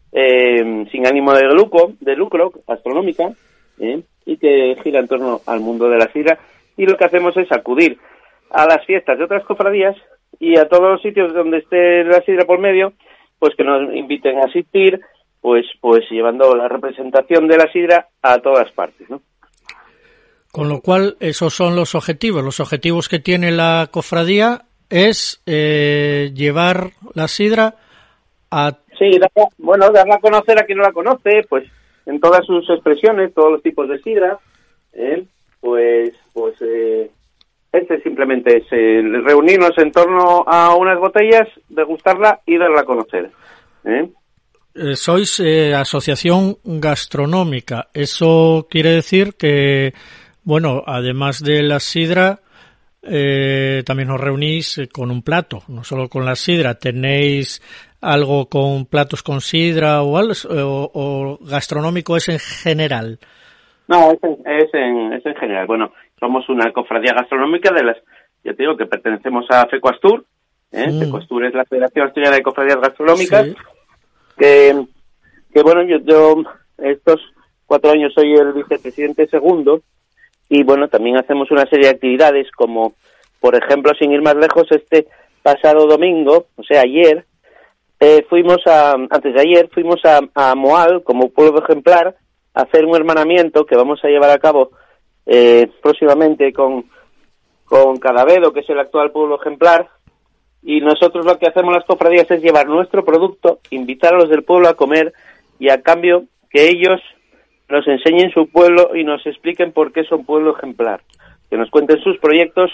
S7: eh, sin ánimo de lucro, de lucro gastronómica, ¿eh? y que gira en torno al mundo de la sidra, y lo que hacemos es acudir a las fiestas de otras cofradías y a todos los sitios donde esté la sidra por medio, pues que nos inviten a asistir, pues pues llevando la representación de la sidra a todas partes, ¿no?
S4: Con lo cual, esos son los objetivos. Los objetivos que tiene la cofradía es eh, llevar la sidra a...
S7: Sí, darla, bueno, darla a conocer a quien no la conoce, pues en todas sus expresiones, todos los tipos de sidra, ¿eh? pues pues eh, este simplemente es eh, reunirnos en torno a unas botellas, degustarla y darla a conocer, ¿eh?
S4: Eh, sois eh, asociación gastronómica. Eso quiere decir que, bueno, además de la sidra, eh, también os reunís con un plato, no solo con la sidra. ¿Tenéis algo con platos con sidra o algo, o, o gastronómico es en general?
S7: No, es en, es en, es en general. Bueno, somos una cofradía gastronómica de las, ya te digo, que pertenecemos a FECOASTUR, ¿eh? Mm. FECOASTUR es la Federación Asturiana de Cofradías Gastronómicas, sí. que, que bueno, yo, yo estos cuatro años soy el vicepresidente segundo, y bueno, también hacemos una serie de actividades como, por ejemplo, sin ir más lejos, este pasado domingo, o sea, ayer, eh, fuimos a, antes de ayer, fuimos a, a Moal, como pueblo ejemplar, a hacer un hermanamiento que vamos a llevar a cabo eh, próximamente con, con Cadavedo, que es el actual pueblo ejemplar, y nosotros lo que hacemos las cofradías es llevar nuestro producto, invitar a los del pueblo a comer, y a cambio que ellos nos enseñen su pueblo y nos expliquen por qué son pueblo ejemplar, que nos cuenten sus proyectos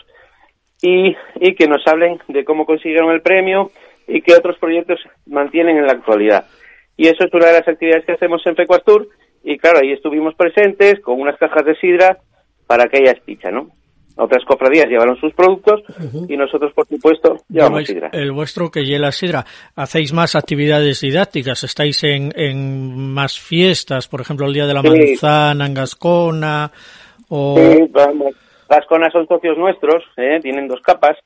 S7: y, y que nos hablen de cómo consiguieron el premio y qué otros proyectos mantienen en la actualidad. Y eso es una de las actividades que hacemos en FECOASTUR, y claro, ahí estuvimos presentes con unas cajas de sidra para que haya espicha, ¿no? Otras cofradías llevaron sus productos, uh-huh. y nosotros, por supuesto, llevamos sidra.
S4: El vuestro que lleva sidra. ¿Hacéis más actividades didácticas? ¿Estáis en, en más fiestas? Por ejemplo, el Día de la sí. Manzana en Gascona. O...
S7: Sí, vamos. Gascona son socios nuestros, ¿eh? Tienen dos capas.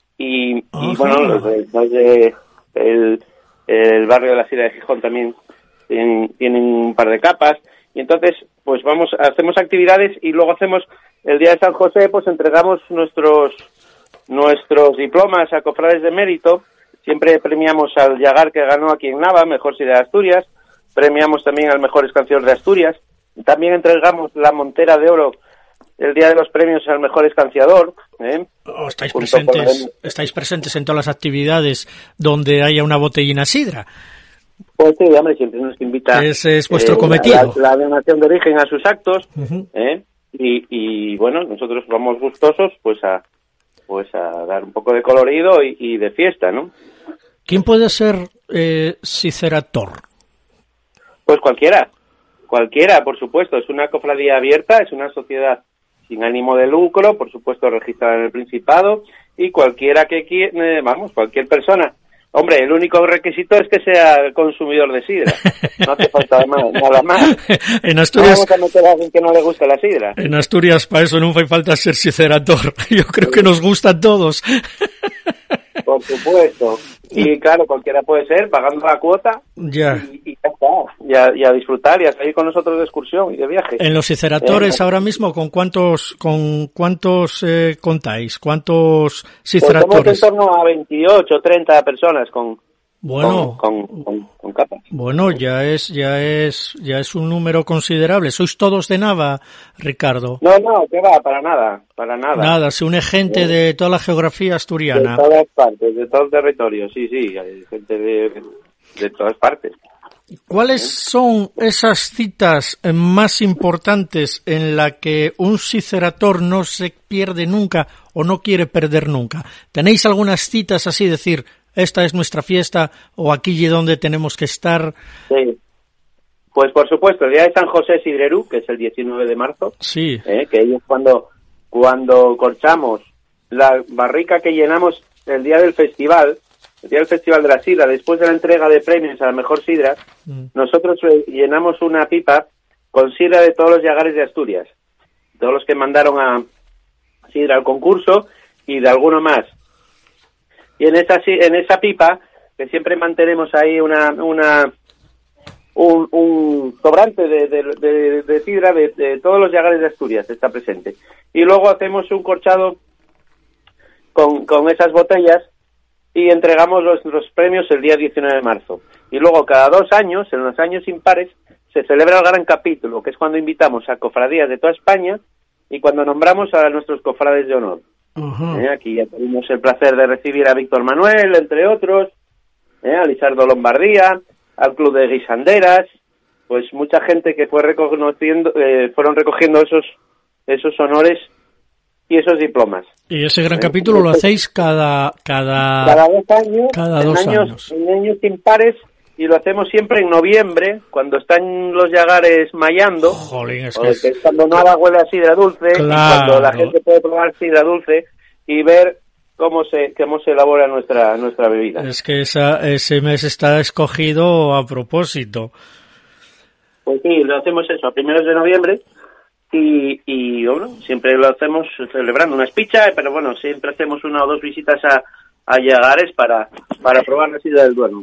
S7: Y, y bueno, los de, los de el, el barrio de la Sidra de Gijón también tienen, tienen un par de capas. Y entonces, pues vamos, hacemos actividades y luego hacemos el día de San José, pues entregamos nuestros nuestros diplomas a cofrades de mérito. Siempre premiamos al Yagar, que ganó aquí en Nava, mejor sidra de Asturias. Premiamos también al mejor escanciador de Asturias. También entregamos la Montera de Oro el día de los premios al mejor escanciador. ¿eh?
S4: Oh, estáis presentes, el... estáis presentes en todas las actividades donde haya una botellina sidra.
S7: Pues sí, hombre, siempre nos invita.
S4: Ese es vuestro
S7: eh,
S4: cometido.
S7: La, la donación de origen a sus actos, uh-huh. ¿eh? y, y bueno, nosotros vamos gustosos, pues a, pues a dar un poco de colorido y, y de fiesta, ¿no?
S4: ¿Quién puede ser eh, Cicerator?
S7: Pues cualquiera, cualquiera, por supuesto. Es una cofradía abierta, es una sociedad sin ánimo de lucro, por supuesto registrada en el Principado, y cualquiera que quiera, eh, vamos, cualquier persona Hombre, el único requisito es que sea consumidor de sidra. No hace falta más, nada más.
S4: En Asturias...
S7: No vamos a meter a alguien que no le gusta la sidra.
S4: En Asturias para eso no hace falta ser siderator. Yo creo que nos gustan todos.
S7: Por supuesto. Y claro, cualquiera puede ser, pagando la cuota.
S4: Ya.
S7: Y, y ya está. Y a, y a disfrutar y a salir con nosotros de excursión y de viaje.
S4: En los ciceratores
S7: eh,
S4: ahora mismo, ¿con cuántos con cuántos eh, contáis? ¿Cuántos
S7: pues
S4: ciceratores?
S7: somos en torno a veintiocho, treinta personas con...
S4: Bueno,
S7: con, con, con, con capas.
S4: Bueno, ya es, ya es, ya es un número considerable. ¿Sois todos de Nava, Ricardo?
S7: No, no, que va, para nada, para nada.
S4: Nada, se une gente de toda la geografía asturiana.
S7: De todas partes, de todo el territorio, sí, sí, hay gente de, de todas partes.
S4: ¿Cuáles son esas citas más importantes en la que un cicerator no se pierde nunca o no quiere perder nunca? ¿Tenéis algunas citas así, decir, esta es nuestra fiesta o aquí y donde tenemos que estar?
S7: Sí, pues por supuesto, el día de San José Sidrerú, que es el diecinueve de marzo,
S4: sí,
S7: eh, que es cuando, cuando corchamos la barrica que llenamos el día del festival, el día del Festival de la Sidra, después de la entrega de premios a la mejor sidra, mm. nosotros llenamos una pipa con sidra de todos los llagares de Asturias, todos los que mandaron a sidra al concurso y de alguno más. Y en esa en esa pipa, que siempre mantenemos ahí una una un, un sobrante de, de, de, de sidra de, de todos los llagares de Asturias, está presente. Y luego hacemos un corchado con, con esas botellas y entregamos los, los premios el día diecinueve de marzo. Y luego cada dos años, en los años impares, se celebra el gran capítulo, que es cuando invitamos a cofradías de toda España y cuando nombramos a nuestros cofrades de honor. Uh-huh. Eh, aquí ya tuvimos el placer de recibir a Víctor Manuel, entre otros, eh, a Lizardo Lombardía, al Club de Guisanderas, pues mucha gente que fue reconociendo, eh, fueron recogiendo esos esos honores y esos diplomas.
S4: Y ese gran capítulo lo hacéis cada cada
S7: cada dos años,
S4: cada
S7: en
S4: dos
S7: años,
S4: años.
S7: en años impares, y lo hacemos siempre en noviembre, cuando están los llagares mayando.
S4: Jolín, es
S7: o
S4: que
S7: es... es cuando nada huele a sidra dulce,
S4: claro.
S7: Y cuando la gente puede probar sidra dulce y ver cómo se cómo se elabora nuestra nuestra bebida.
S4: Es que esa, ese mes está escogido a propósito.
S7: Pues sí, lo hacemos eso a primeros de noviembre. Y, y bueno, siempre lo hacemos celebrando una espicha, pero bueno, siempre hacemos una o dos visitas a, a llagares para, para probar la sidra del Duero.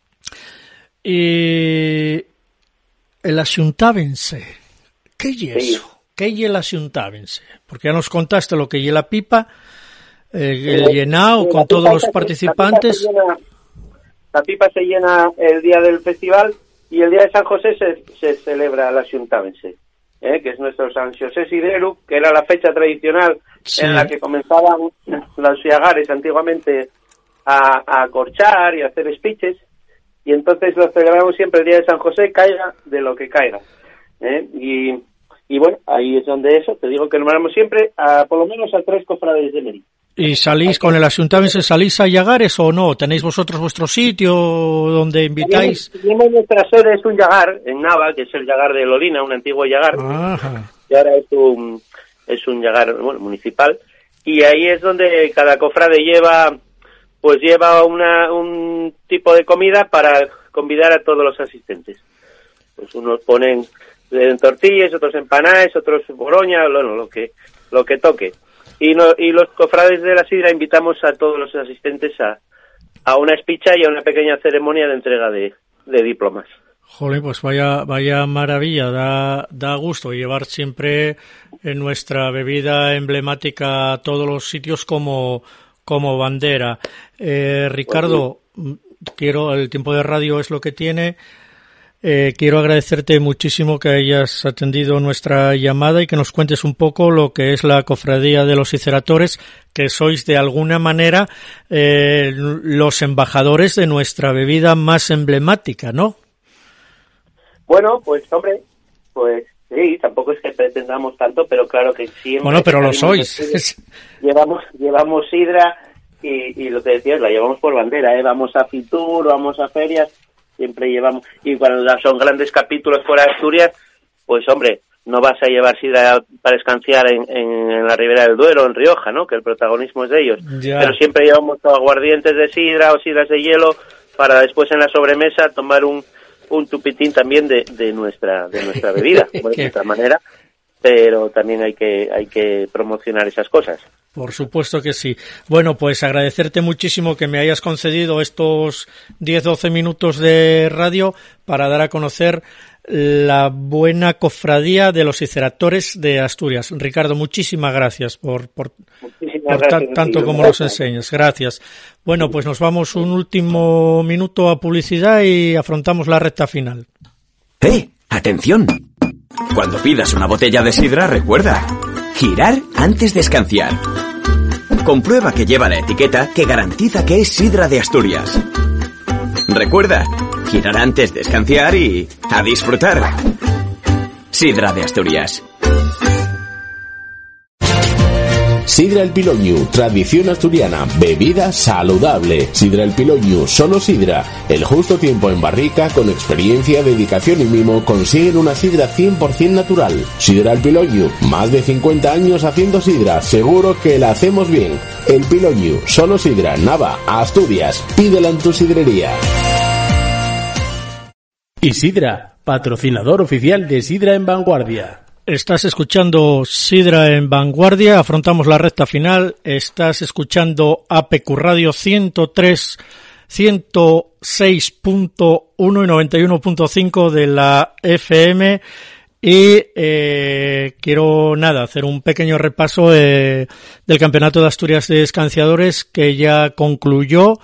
S4: Y el Axuntábense, ¿qué es eso?
S7: Sí.
S4: ¿Qué es el Axuntábense? Porque ya nos contaste lo que es la pipa, eh, el llenado sí, con todos los participantes.
S7: La pipa, llena, la pipa se llena el día del festival y el día de San José se, se celebra el Axuntábense. Eh, que es nuestro San José Sidreru, que era la fecha tradicional sí. en la que comenzaban los llagares antiguamente a, a corchar y a hacer espiches, y entonces lo celebramos siempre el día de San José, caiga de lo que caiga. Eh, y, y bueno, ahí es donde eso, te digo que nombramos siempre a por lo menos a tres cofrades de Meri.
S4: ¿Y salís con el Axuntábense, salís a llagares o no? ¿Tenéis vosotros vuestro sitio donde invitáis?
S7: Tenemos nuestra sede, es un llagar en Nava, que es el llagar de Lolina, un antiguo llagar, Ajá. y ahora es un es un llagar bueno, municipal, y ahí es donde cada cofrade lleva pues lleva una un tipo de comida para convidar a todos los asistentes. Pues unos ponen en tortillas, otros empanadas, otros boroña, bueno, lo que lo que toque. Y, no, y los cofrades de la sidra invitamos a todos los asistentes a, a una espicha y a una pequeña ceremonia de entrega de, de diplomas.
S4: Joder, pues vaya vaya maravilla, da da gusto llevar siempre en nuestra bebida emblemática a todos los sitios como, como bandera. Eh, Ricardo, pues sí. quiero el tiempo de radio es lo que tiene. Eh, quiero agradecerte muchísimo que hayas atendido nuestra llamada y que nos cuentes un poco lo que es la Cofradía de los Ciceratores, que sois de alguna manera eh, los embajadores de nuestra bebida más emblemática, ¿no?
S7: Bueno, pues hombre, pues sí, tampoco es que pretendamos tanto, pero claro que siempre...
S4: Bueno, pero lo sois.
S7: Llevamos, llevamos sidra y, y lo que decías, la llevamos por bandera, ¿eh? Vamos a Fitur, vamos a ferias... Siempre llevamos, y cuando son grandes capítulos fuera de Asturias, pues hombre, no vas a llevar sidra para escanciar en, en, en la Ribera del Duero, en Rioja, ¿no? Que el protagonismo es de ellos.
S4: Ya.
S7: Pero siempre llevamos aguardientes de sidra o sidras de hielo para después en la sobremesa tomar un, un tupitín también de, de nuestra de nuestra bebida, de nuestra manera. Pero también hay que hay que promocionar esas cosas.
S4: Por supuesto que sí. Bueno, pues agradecerte muchísimo que me hayas concedido estos diez doce minutos de radio para dar a conocer la buena cofradía de los Ciceratores de Asturias. Ricardo, muchísimas gracias por, por, por gracias, ta- tanto como nos enseñas. Gracias. Bueno, pues nos vamos un último minuto a publicidad y afrontamos la recta final.
S6: ¡Eh! ¡Atención! Cuando pidas una botella de sidra, recuerda, girar antes de escanciar. Comprueba que lleva la etiqueta que garantiza que es sidra de Asturias. Recuerda, girar antes de escanciar y a disfrutar. Sidra de Asturias.
S2: Sidra El Piloñu, tradición asturiana, bebida saludable. Sidra El Piloñu, solo sidra. El justo tiempo en barrica, con experiencia, dedicación y mimo, consiguen una sidra cien por ciento natural. Sidra El Piloñu, más de cincuenta años haciendo sidra, seguro que la hacemos bien. El Piloñu, solo sidra, Nava, Asturias. Pídela en tu sidrería.
S8: Y Sidra, patrocinador oficial de Sidra en Vanguardia.
S4: Estás escuchando Sidra en Vanguardia, afrontamos la recta final. Estás escuchando A P Q Radio ciento tres, ciento seis punto uno y noventa y uno punto cinco de la F M. Y eh, quiero, nada, hacer un pequeño repaso eh, del Campeonato de Asturias de Escanciadores que ya concluyó.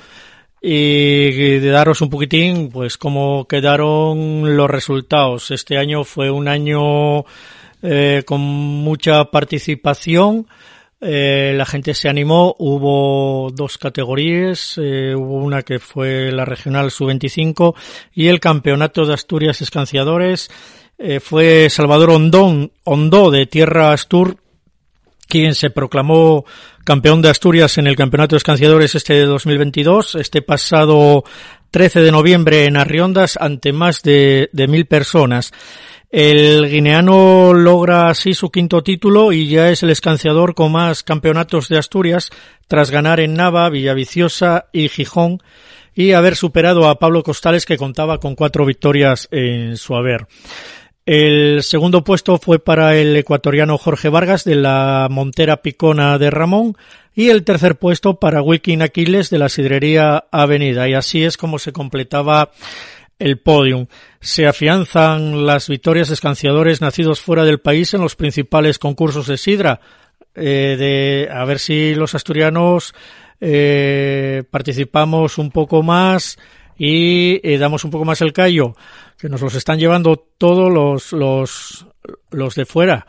S4: Y de daros un poquitín, pues, cómo quedaron los resultados. Este año fue un año eh, con mucha participación. Eh, la gente se animó. Hubo dos categorías. Eh, hubo una que fue la regional sub veinticinco y el Campeonato de Asturias Escanciadores. Eh, fue Salvador Ondón, Ondó de Tierra Astur, quien se proclamó campeón de Asturias en el Campeonato de Escanciadores este de dos mil veintidós, este pasado trece de noviembre en Arriondas, ante más de, de mil personas. El guineano logra así su quinto título y ya es el escanciador con más campeonatos de Asturias, tras ganar en Nava, Villaviciosa y Gijón, y haber superado a Pablo Costales, que contaba con cuatro victorias en su haber. El segundo puesto fue para el ecuatoriano Jorge Vargas de la Montera Picona de Ramón y el tercer puesto para Wilkin Aquiles de la Sidrería Avenida, y así es como se completaba el podium. Se afianzan las victorias de escanciadores nacidos fuera del país en los principales concursos de sidra, eh, de a ver si los asturianos eh, participamos un poco más y eh, damos un poco más el callo, que nos los están llevando todos los los los de fuera.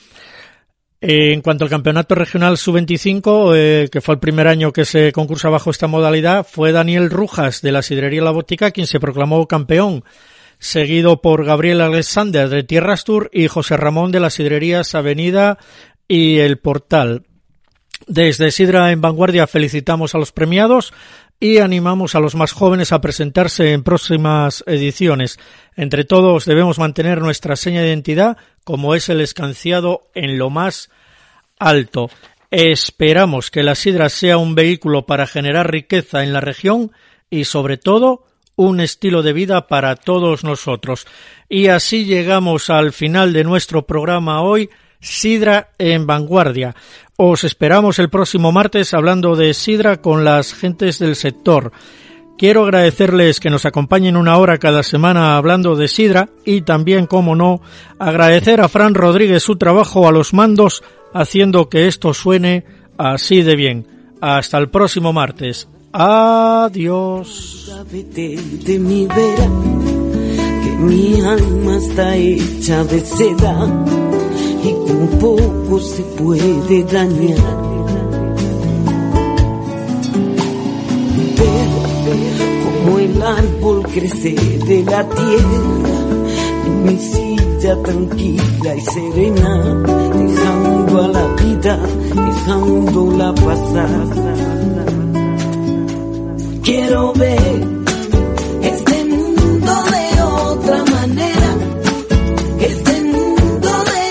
S4: Eh, en cuanto al campeonato regional sub veinticinco, eh, que fue el primer año que se concursa bajo esta modalidad, fue Daniel Rujas de la Sidrería La Botica quien se proclamó campeón, seguido por Gabriel Alexander de Tierra Astur y José Ramón de las Sidrerías Avenida y El Portal. Desde Sidra en Vanguardia felicitamos a los premiados y animamos a los más jóvenes a presentarse en próximas ediciones. Entre todos debemos mantener nuestra seña de identidad, como es el escanciado en lo más alto. Esperamos que la sidra sea un vehículo para generar riqueza en la región y, sobre todo, un estilo de vida para todos nosotros. Y así llegamos al final de nuestro programa hoy, Sidra en Vanguardia. Os esperamos el próximo martes hablando de sidra con las gentes del sector. Quiero agradecerles que nos acompañen una hora cada semana hablando de sidra y también, como no, agradecer a Fran Rodríguez su trabajo a los mandos haciendo que esto suene así de bien. Hasta el próximo martes. Adiós.
S9: De mi vera, que mi alma está hecha de seda y con poco se puede dañar. Como el árbol crece de la tierra, en mi silla tranquila y serena, dejando a la vida, dejándola pasar. Quiero ver este mundo de otra manera, este mundo de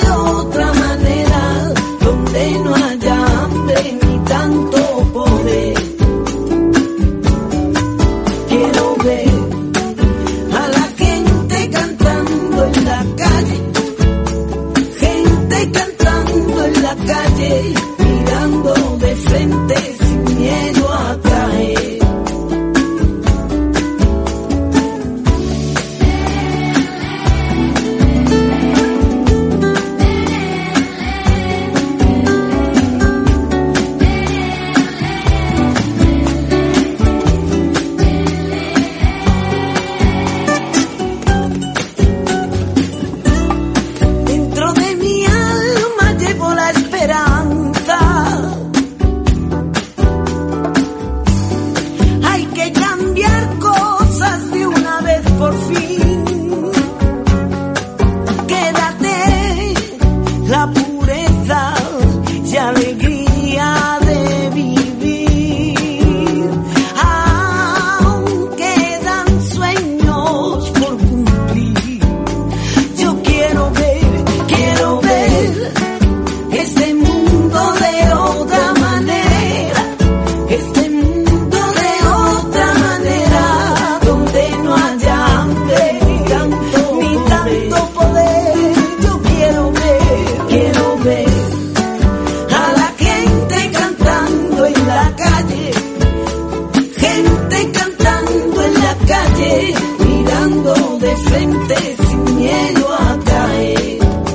S9: de frente sin miedo a caer.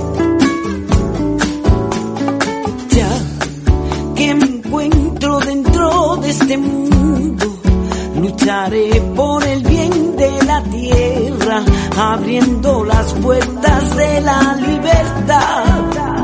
S9: Ya que me encuentro dentro de este mundo, lucharé por el bien de la tierra, abriendo las puertas de la libertad.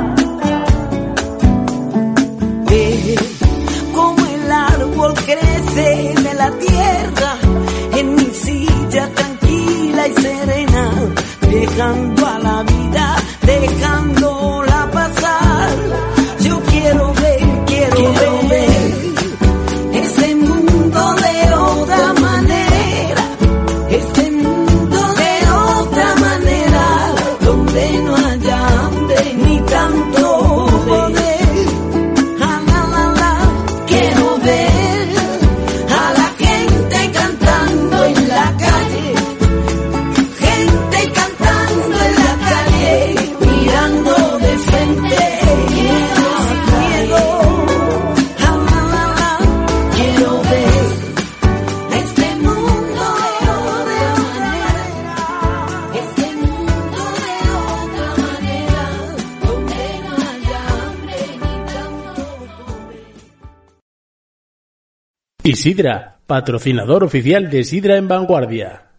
S9: Ve como el árbol crece de la tierra, en mi silla tranquila y serena, dejando a la vida, dejándola pasar. Yo quiero ver, quiero, quiero ver este mundo de otra manera, este mundo de otra manera, donde no haya hambre ni tanto poder. Ah, la, la, la. Quiero ver a la gente cantando en la calle, gente cantando en la calle, mirando de frente, miedo sin miedo. Ah, la, la, la. Quiero ver este mundo de otra manera, este mundo de otra manera, donde no haya hambre ni tanto poder.
S8: Y Sidra, patrocinador oficial de Sidra en Vanguardia.